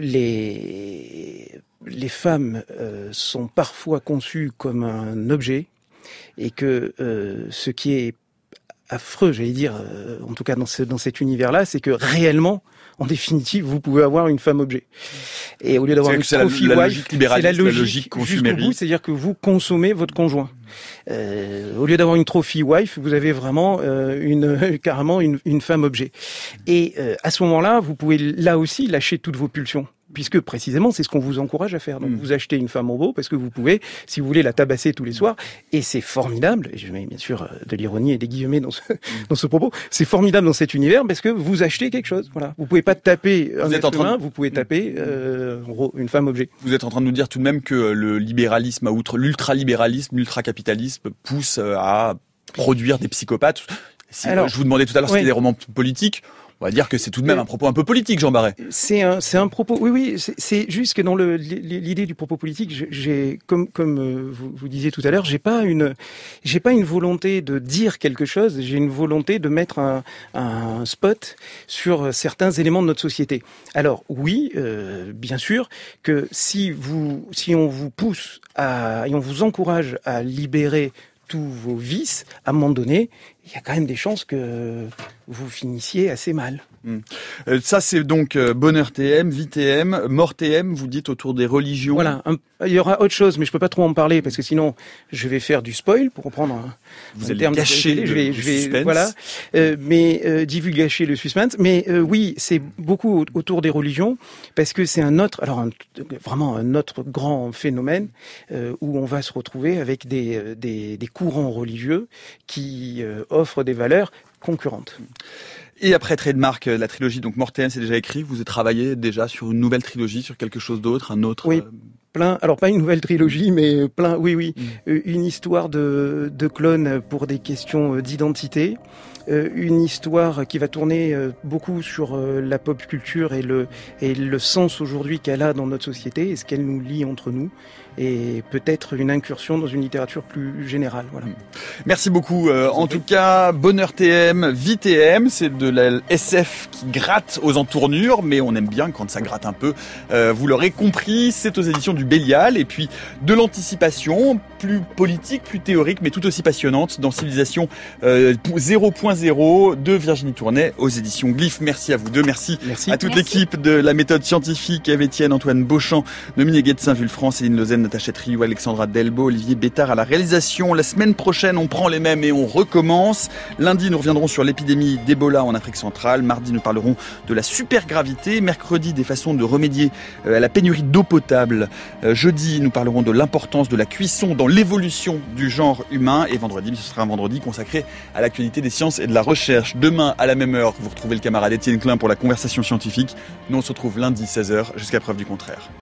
les les femmes euh, sont parfois conçues comme un objet et que euh, ce qui est affreux, j'allais dire, euh, en tout cas dans, ce, dans cet univers-là, c'est que réellement, en définitive, vous pouvez avoir une femme objet. Et au lieu d'avoir une trophy la, la wife, c'est la logique, la logique jusqu'au bout, c'est-à-dire que vous consommez votre conjoint. Euh, au lieu d'avoir une trophy wife, vous avez vraiment euh, une carrément une, une femme objet. Et euh, à ce moment-là, vous pouvez là aussi lâcher toutes vos pulsions. Puisque précisément, c'est ce qu'on vous encourage à faire. Donc, mmh. vous achetez une femme robot parce que vous pouvez, si vous voulez, la tabasser tous les soirs. Et c'est formidable. Et je mets bien sûr de l'ironie et des guillemets dans ce, mmh. dans ce propos. C'est formidable dans cet univers parce que vous achetez quelque chose. Voilà. Vous pouvez pas taper un être humain, de... vous pouvez taper euh, une femme objet. Vous êtes en train de nous dire tout de même que le libéralisme, à outre l'ultralibéralisme, l'ultracapitalisme, pousse à produire des psychopathes. Si, Alors, je vous demandais tout à l'heure si ouais. c'était des romans politiques. On va dire que c'est tout de même un propos un peu politique, Jean Barret. C'est un, c'est un propos. Oui, oui. C'est, c'est juste que dans le, l'idée du propos politique, j'ai, comme, comme vous, vous disiez tout à l'heure, j'ai pas une, j'ai pas une volonté de dire quelque chose. J'ai une volonté de mettre un, un spot sur certains éléments de notre société. Alors oui, euh, bien sûr que si vous, si on vous pousse à et on vous encourage à libérer tous vos vices, à un moment donné, il y a quand même des chances que vous finissiez assez mal. Mmh. Euh, ça, c'est donc euh, Bonheur T M, Vie T M, Mort T M, vous dites autour des religions. Voilà, un, il y aura autre chose, mais je peux pas trop en parler parce que sinon, je vais faire du spoil pour reprendre un, vous un allez terme gâcher de le, je vais, le je vais, suspense. Voilà, euh, mais euh, divulgacher le suspense. Mais euh, oui, c'est beaucoup autour des religions parce que c'est un autre, alors un, vraiment un autre grand phénomène euh, où on va se retrouver avec des des, des courants religieux qui euh, offrent des valeurs concurrentes. Et après Trademark, la trilogie, donc Mort T M, c'est déjà écrit. Vous avez travaillé déjà sur une nouvelle trilogie, sur quelque chose d'autre, un autre. Oui, plein. Alors pas une nouvelle trilogie, mais plein. Oui, oui, mmh. une histoire de de clones pour des questions d'identité. Euh, une histoire qui va tourner euh, beaucoup sur euh, la pop culture et le et le sens aujourd'hui qu'elle a dans notre société et ce qu'elle nous lie entre nous. Et peut-être une incursion dans une littérature plus générale. Voilà. Merci beaucoup. Euh, en tout cas, Bonheur T M, Vie T M, c'est de la S F qui gratte aux entournures, mais on aime bien quand ça gratte un peu. Euh, vous l'aurez compris, c'est aux éditions du Bélial, et puis de l'anticipation, plus politique, plus théorique, mais tout aussi passionnante, dans Civilisation euh, zéro point zéro de Virginie Tournay, aux éditions Glyph. Merci à vous deux, merci, merci. à toute merci. l'équipe de la méthode scientifique, Eve Etienne, Antoine Beauchamp, Dominique Guetzin, Vulfran, Céline Lausanne, Natacha Triou, Alexandra Delbo, Olivier Bétard à la réalisation. La semaine prochaine, on prend les mêmes et on recommence. Lundi, nous reviendrons sur l'épidémie d'Ebola en Afrique centrale. Mardi, nous parlerons de la supergravité. Mercredi, des façons de remédier à la pénurie d'eau potable. Jeudi, nous parlerons de l'importance de la cuisson dans l'évolution du genre humain. Et vendredi, ce sera un vendredi consacré à l'actualité des sciences et de la recherche. Demain, à la même heure, vous retrouvez le camarade Étienne Klein pour la conversation scientifique. Nous, on se retrouve lundi, seize heures, jusqu'à preuve du contraire.